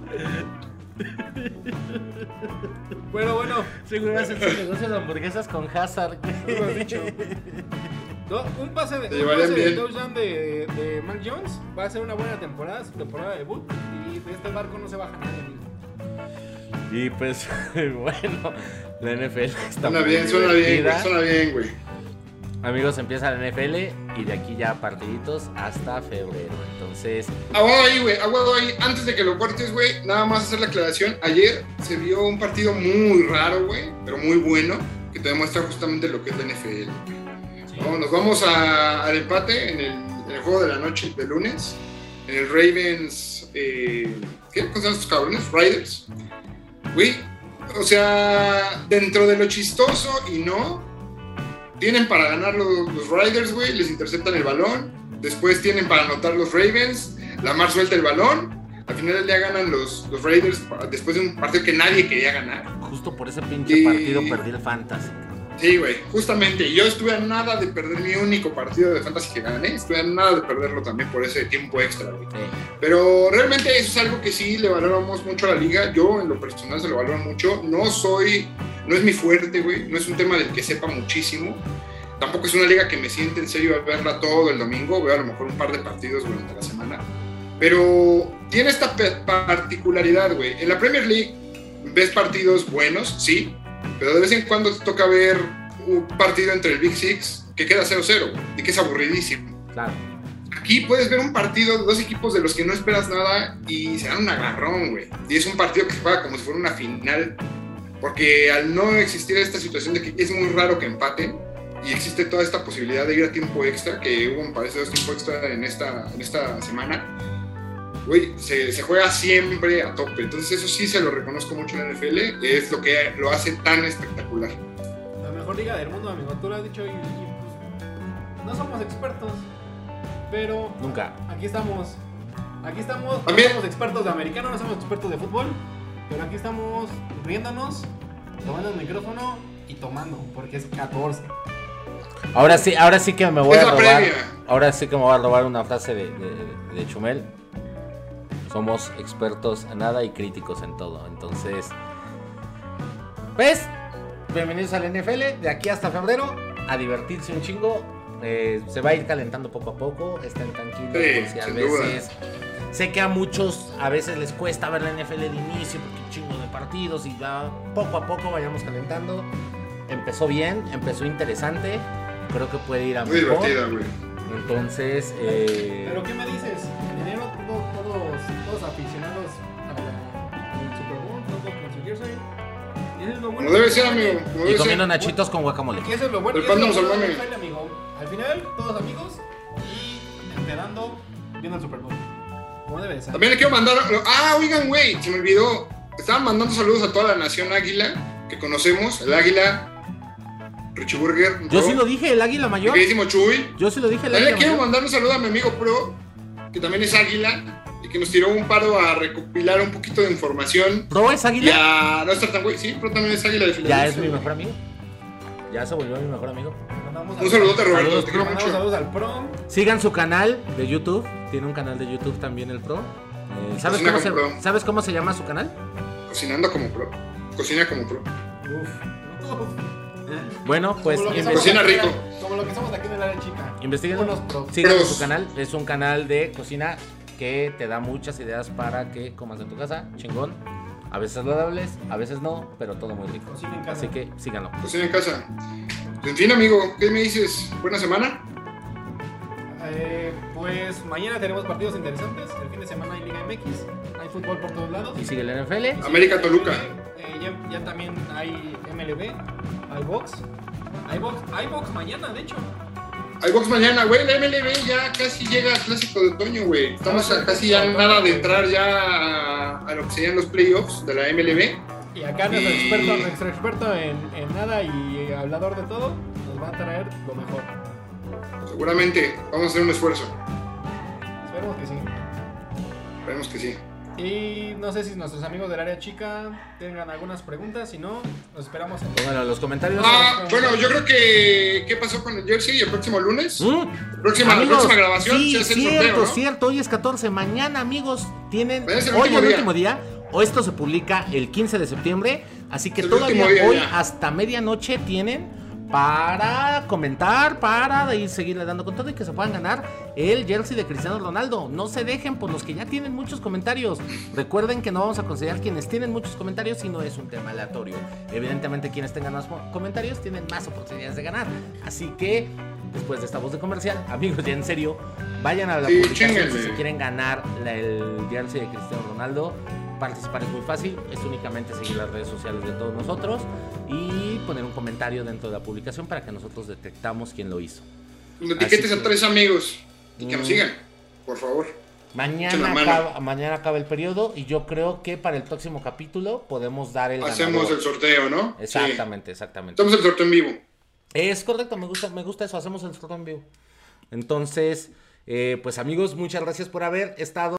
S2: Pero bueno,
S1: Seguro hace su negocio de hamburguesas con Hazard.
S2: tú lo has dicho. No, un pase de
S3: llevarían bien.
S2: touchdown de Mac Jones va a ser una buena temporada, su temporada de debut, y de este barco no se baja nadie, amigo.
S1: Y pues, bueno, la NFL está
S3: Suena
S1: muy
S3: bien,
S1: divertida.
S3: suena bien, güey.
S1: Amigos, empieza la NFL y de aquí ya partiditos hasta febrero. Entonces,
S3: Aguado ahí, güey, aguado ahí. Antes de que lo cortes, güey, nada más hacer la aclaración. Ayer se vio un partido muy raro, güey, pero muy bueno, que te demuestra justamente lo que es la NFL, güey. No, nos vamos al empate en el juego de la noche de lunes. En el Ravens. ¿Qué? ¿Cómo se llaman estos cabrones? Riders. Güey, o sea, dentro de lo chistoso y no, tienen para ganar los Riders, güey. Les interceptan el balón. Después tienen para anotar los Ravens. Lamar suelta el balón. Al final del día ganan los Raiders después de un partido que nadie quería ganar.
S1: Justo por ese pinche partido perdí el Fantasy.
S3: Sí, güey, justamente. Yo estuve a nada de perder mi único partido de Fantasy que gané. Estuve a nada de perderlo también por ese tiempo extra, güey. Sí. Pero realmente eso es algo que sí le valoramos mucho a la liga. Yo, en lo personal, se lo valoro mucho. No es mi fuerte, güey. No es un tema del que sepa muchísimo. Tampoco es una liga que me siente en serio a verla todo el domingo. Veo a lo mejor un par de partidos durante la semana. Pero tiene esta particularidad, güey. En la Premier League ves partidos buenos, sí. Pero de vez en cuando te toca ver un partido entre el Big Six que queda 0-0 y que es aburridísimo.
S1: Claro.
S3: Aquí puedes ver un partido de dos equipos de los que no esperas nada y se dan un agarrón, güey. Y es un partido que se juega como si fuera una final. Porque al no existir esta situación de que es muy raro que empaten y existe toda esta posibilidad de ir a tiempo extra, que hubo, me parece, 2 tiempos extra en esta semana, güey, se juega siempre a tope. Entonces eso sí se lo reconozco mucho en la NFL, es lo que lo hace tan espectacular.
S2: La mejor liga del mundo, amigo, tú lo has dicho y pues, no somos expertos, pero
S1: nunca.
S2: Aquí estamos,
S3: ¿también?
S2: No somos expertos de americano, no somos expertos de fútbol, pero aquí estamos riéndonos, tomando el micrófono y tomando, porque es 14.
S1: Ahora sí que me voy a robar.
S3: Previa.
S1: Ahora sí que me voy a robar una frase de Chumel. Somos expertos en nada y críticos en todo. Entonces, pues, bienvenidos al NFL. De aquí hasta febrero, a divertirse un chingo. Se va a ir calentando poco a poco. Estén tranquilos, porque a veces sé que a muchos a veces les cuesta ver la NFL de inicio porque un chingo de partidos y ya poco a poco vayamos calentando. Empezó bien, empezó interesante. Creo que puede ir a
S3: muy
S1: mejor.
S3: Divertida, güey.
S1: Entonces,
S2: ¿Pero qué me dices? En enero todos aficionados al Super Bowl, todos con su jersey. Y eso es lo bueno.
S3: Como debe ser, amigo.
S1: y comiendo nachitos con guacamole.
S2: Y eso es lo bueno.
S3: El pan no nos
S2: bueno,
S3: salvame.
S2: amigo. Al final, todos amigos y empedando viendo el Super Bowl. Como debe ser.
S3: También le quiero mandar... oigan, güey, se me olvidó. Estaban mandando saludos a toda la nación águila que conocemos. El águila... Richie Burger.
S1: Yo sí lo dije, el águila mayor.
S3: Mi queridísimo Chuy.
S1: Yo sí lo dije, el
S3: También
S1: águila
S3: le quiero
S1: mayor.
S3: mandar un saludo a mi amigo Pro, que también es águila, y que nos tiró un paro a recopilar un poquito de información.
S1: ¿Pro es águila?
S3: Ya, no está tan güey. Sí, Pro también es águila de Filadelfia.
S1: Ya es mi mejor amigo. Ya se volvió mi mejor amigo.
S3: Un saludote, Roberto.
S1: Saludos,
S3: te quiero
S2: Mandamos
S3: mucho.
S2: saludos al Pro.
S1: Sigan su canal de YouTube. Tiene un canal de YouTube también el Pro. ¿Sabes cómo se llama su canal?
S3: Cocinando como Pro. Cocina como Pro.
S2: Uf.
S1: Bueno, pues
S3: Cocina rico.
S2: Como lo que somos aquí en el área chica.
S1: investiguen.
S2: Unos pros.
S1: Sigan
S3: Pros.
S1: su canal. Es un canal de cocina que te da muchas ideas para que comas en tu casa. Chingón. A veces saludables, a veces no, pero todo muy rico.
S2: Cocina en casa.
S1: Así que síganlo.
S3: Cocina en casa. En fin, amigo, ¿qué me dices? ¿Buena semana?
S2: Pues mañana tenemos partidos interesantes. El fin de semana hay Liga MX, hay fútbol por todos lados.
S1: Y sigue el NFL.
S3: América Toluca.
S2: Ya también hay MLB, hay box. Hay box mañana, de hecho.
S3: Hay box mañana, güey. La MLB ya casi llega al clásico de otoño, güey. Estamos casi ya nada de entrar ya a lo que serían los playoffs de la MLB.
S2: Y acá nuestro experto en nada y hablador de todo, nos va a traer lo mejor.
S3: Seguramente vamos a hacer un esfuerzo.
S2: Esperemos que sí.
S3: Esperemos que sí.
S2: Y no sé si nuestros amigos del área chica tengan algunas preguntas, si no, los esperamos en
S1: Pónganlo en los comentarios.
S3: Bueno, yo creo que ¿qué pasó con el jersey el próximo lunes? Próxima grabación
S1: Sí,
S3: se hace el
S1: cierto,
S3: sorteo, ¿no?
S1: cierto. Hoy es 14. Mañana, amigos, tienen.
S3: Es el
S1: Hoy
S3: último
S1: el
S3: día.
S1: último día. O esto se publica el 15 de septiembre. Así que
S3: El
S1: todavía
S3: último día
S1: hoy
S3: ya.
S1: hasta medianoche tienen para comentar, para ir seguirle dando con todo y que se puedan ganar el jersey de Cristiano Ronaldo. No se dejen por los que ya tienen muchos comentarios. Recuerden que no vamos a considerar quienes tienen muchos comentarios, sino es un tema aleatorio. Evidentemente quienes tengan más comentarios tienen más oportunidades de ganar. Así que después de esta voz de comercial, amigos, ya en serio, vayan a la publicación
S3: chinguenle.
S1: si se quieren ganar el jersey de Cristiano Ronaldo. Participar es muy fácil, es únicamente seguir las redes sociales de todos nosotros y poner un comentario dentro de la publicación para que nosotros detectamos quién lo hizo.
S3: Cuando etiquetes
S1: Así
S3: a 3 amigos y que nos
S1: Mm.
S3: sigan, por favor.
S1: Mañana acaba el periodo y yo creo que para el próximo capítulo podemos dar el
S3: Hacemos
S1: ganador.
S3: el sorteo, ¿no?
S1: Exactamente.
S3: Sí. Hacemos el sorteo en vivo.
S1: Es correcto, me gusta eso, hacemos el sorteo en vivo. Entonces, pues amigos, muchas gracias por haber estado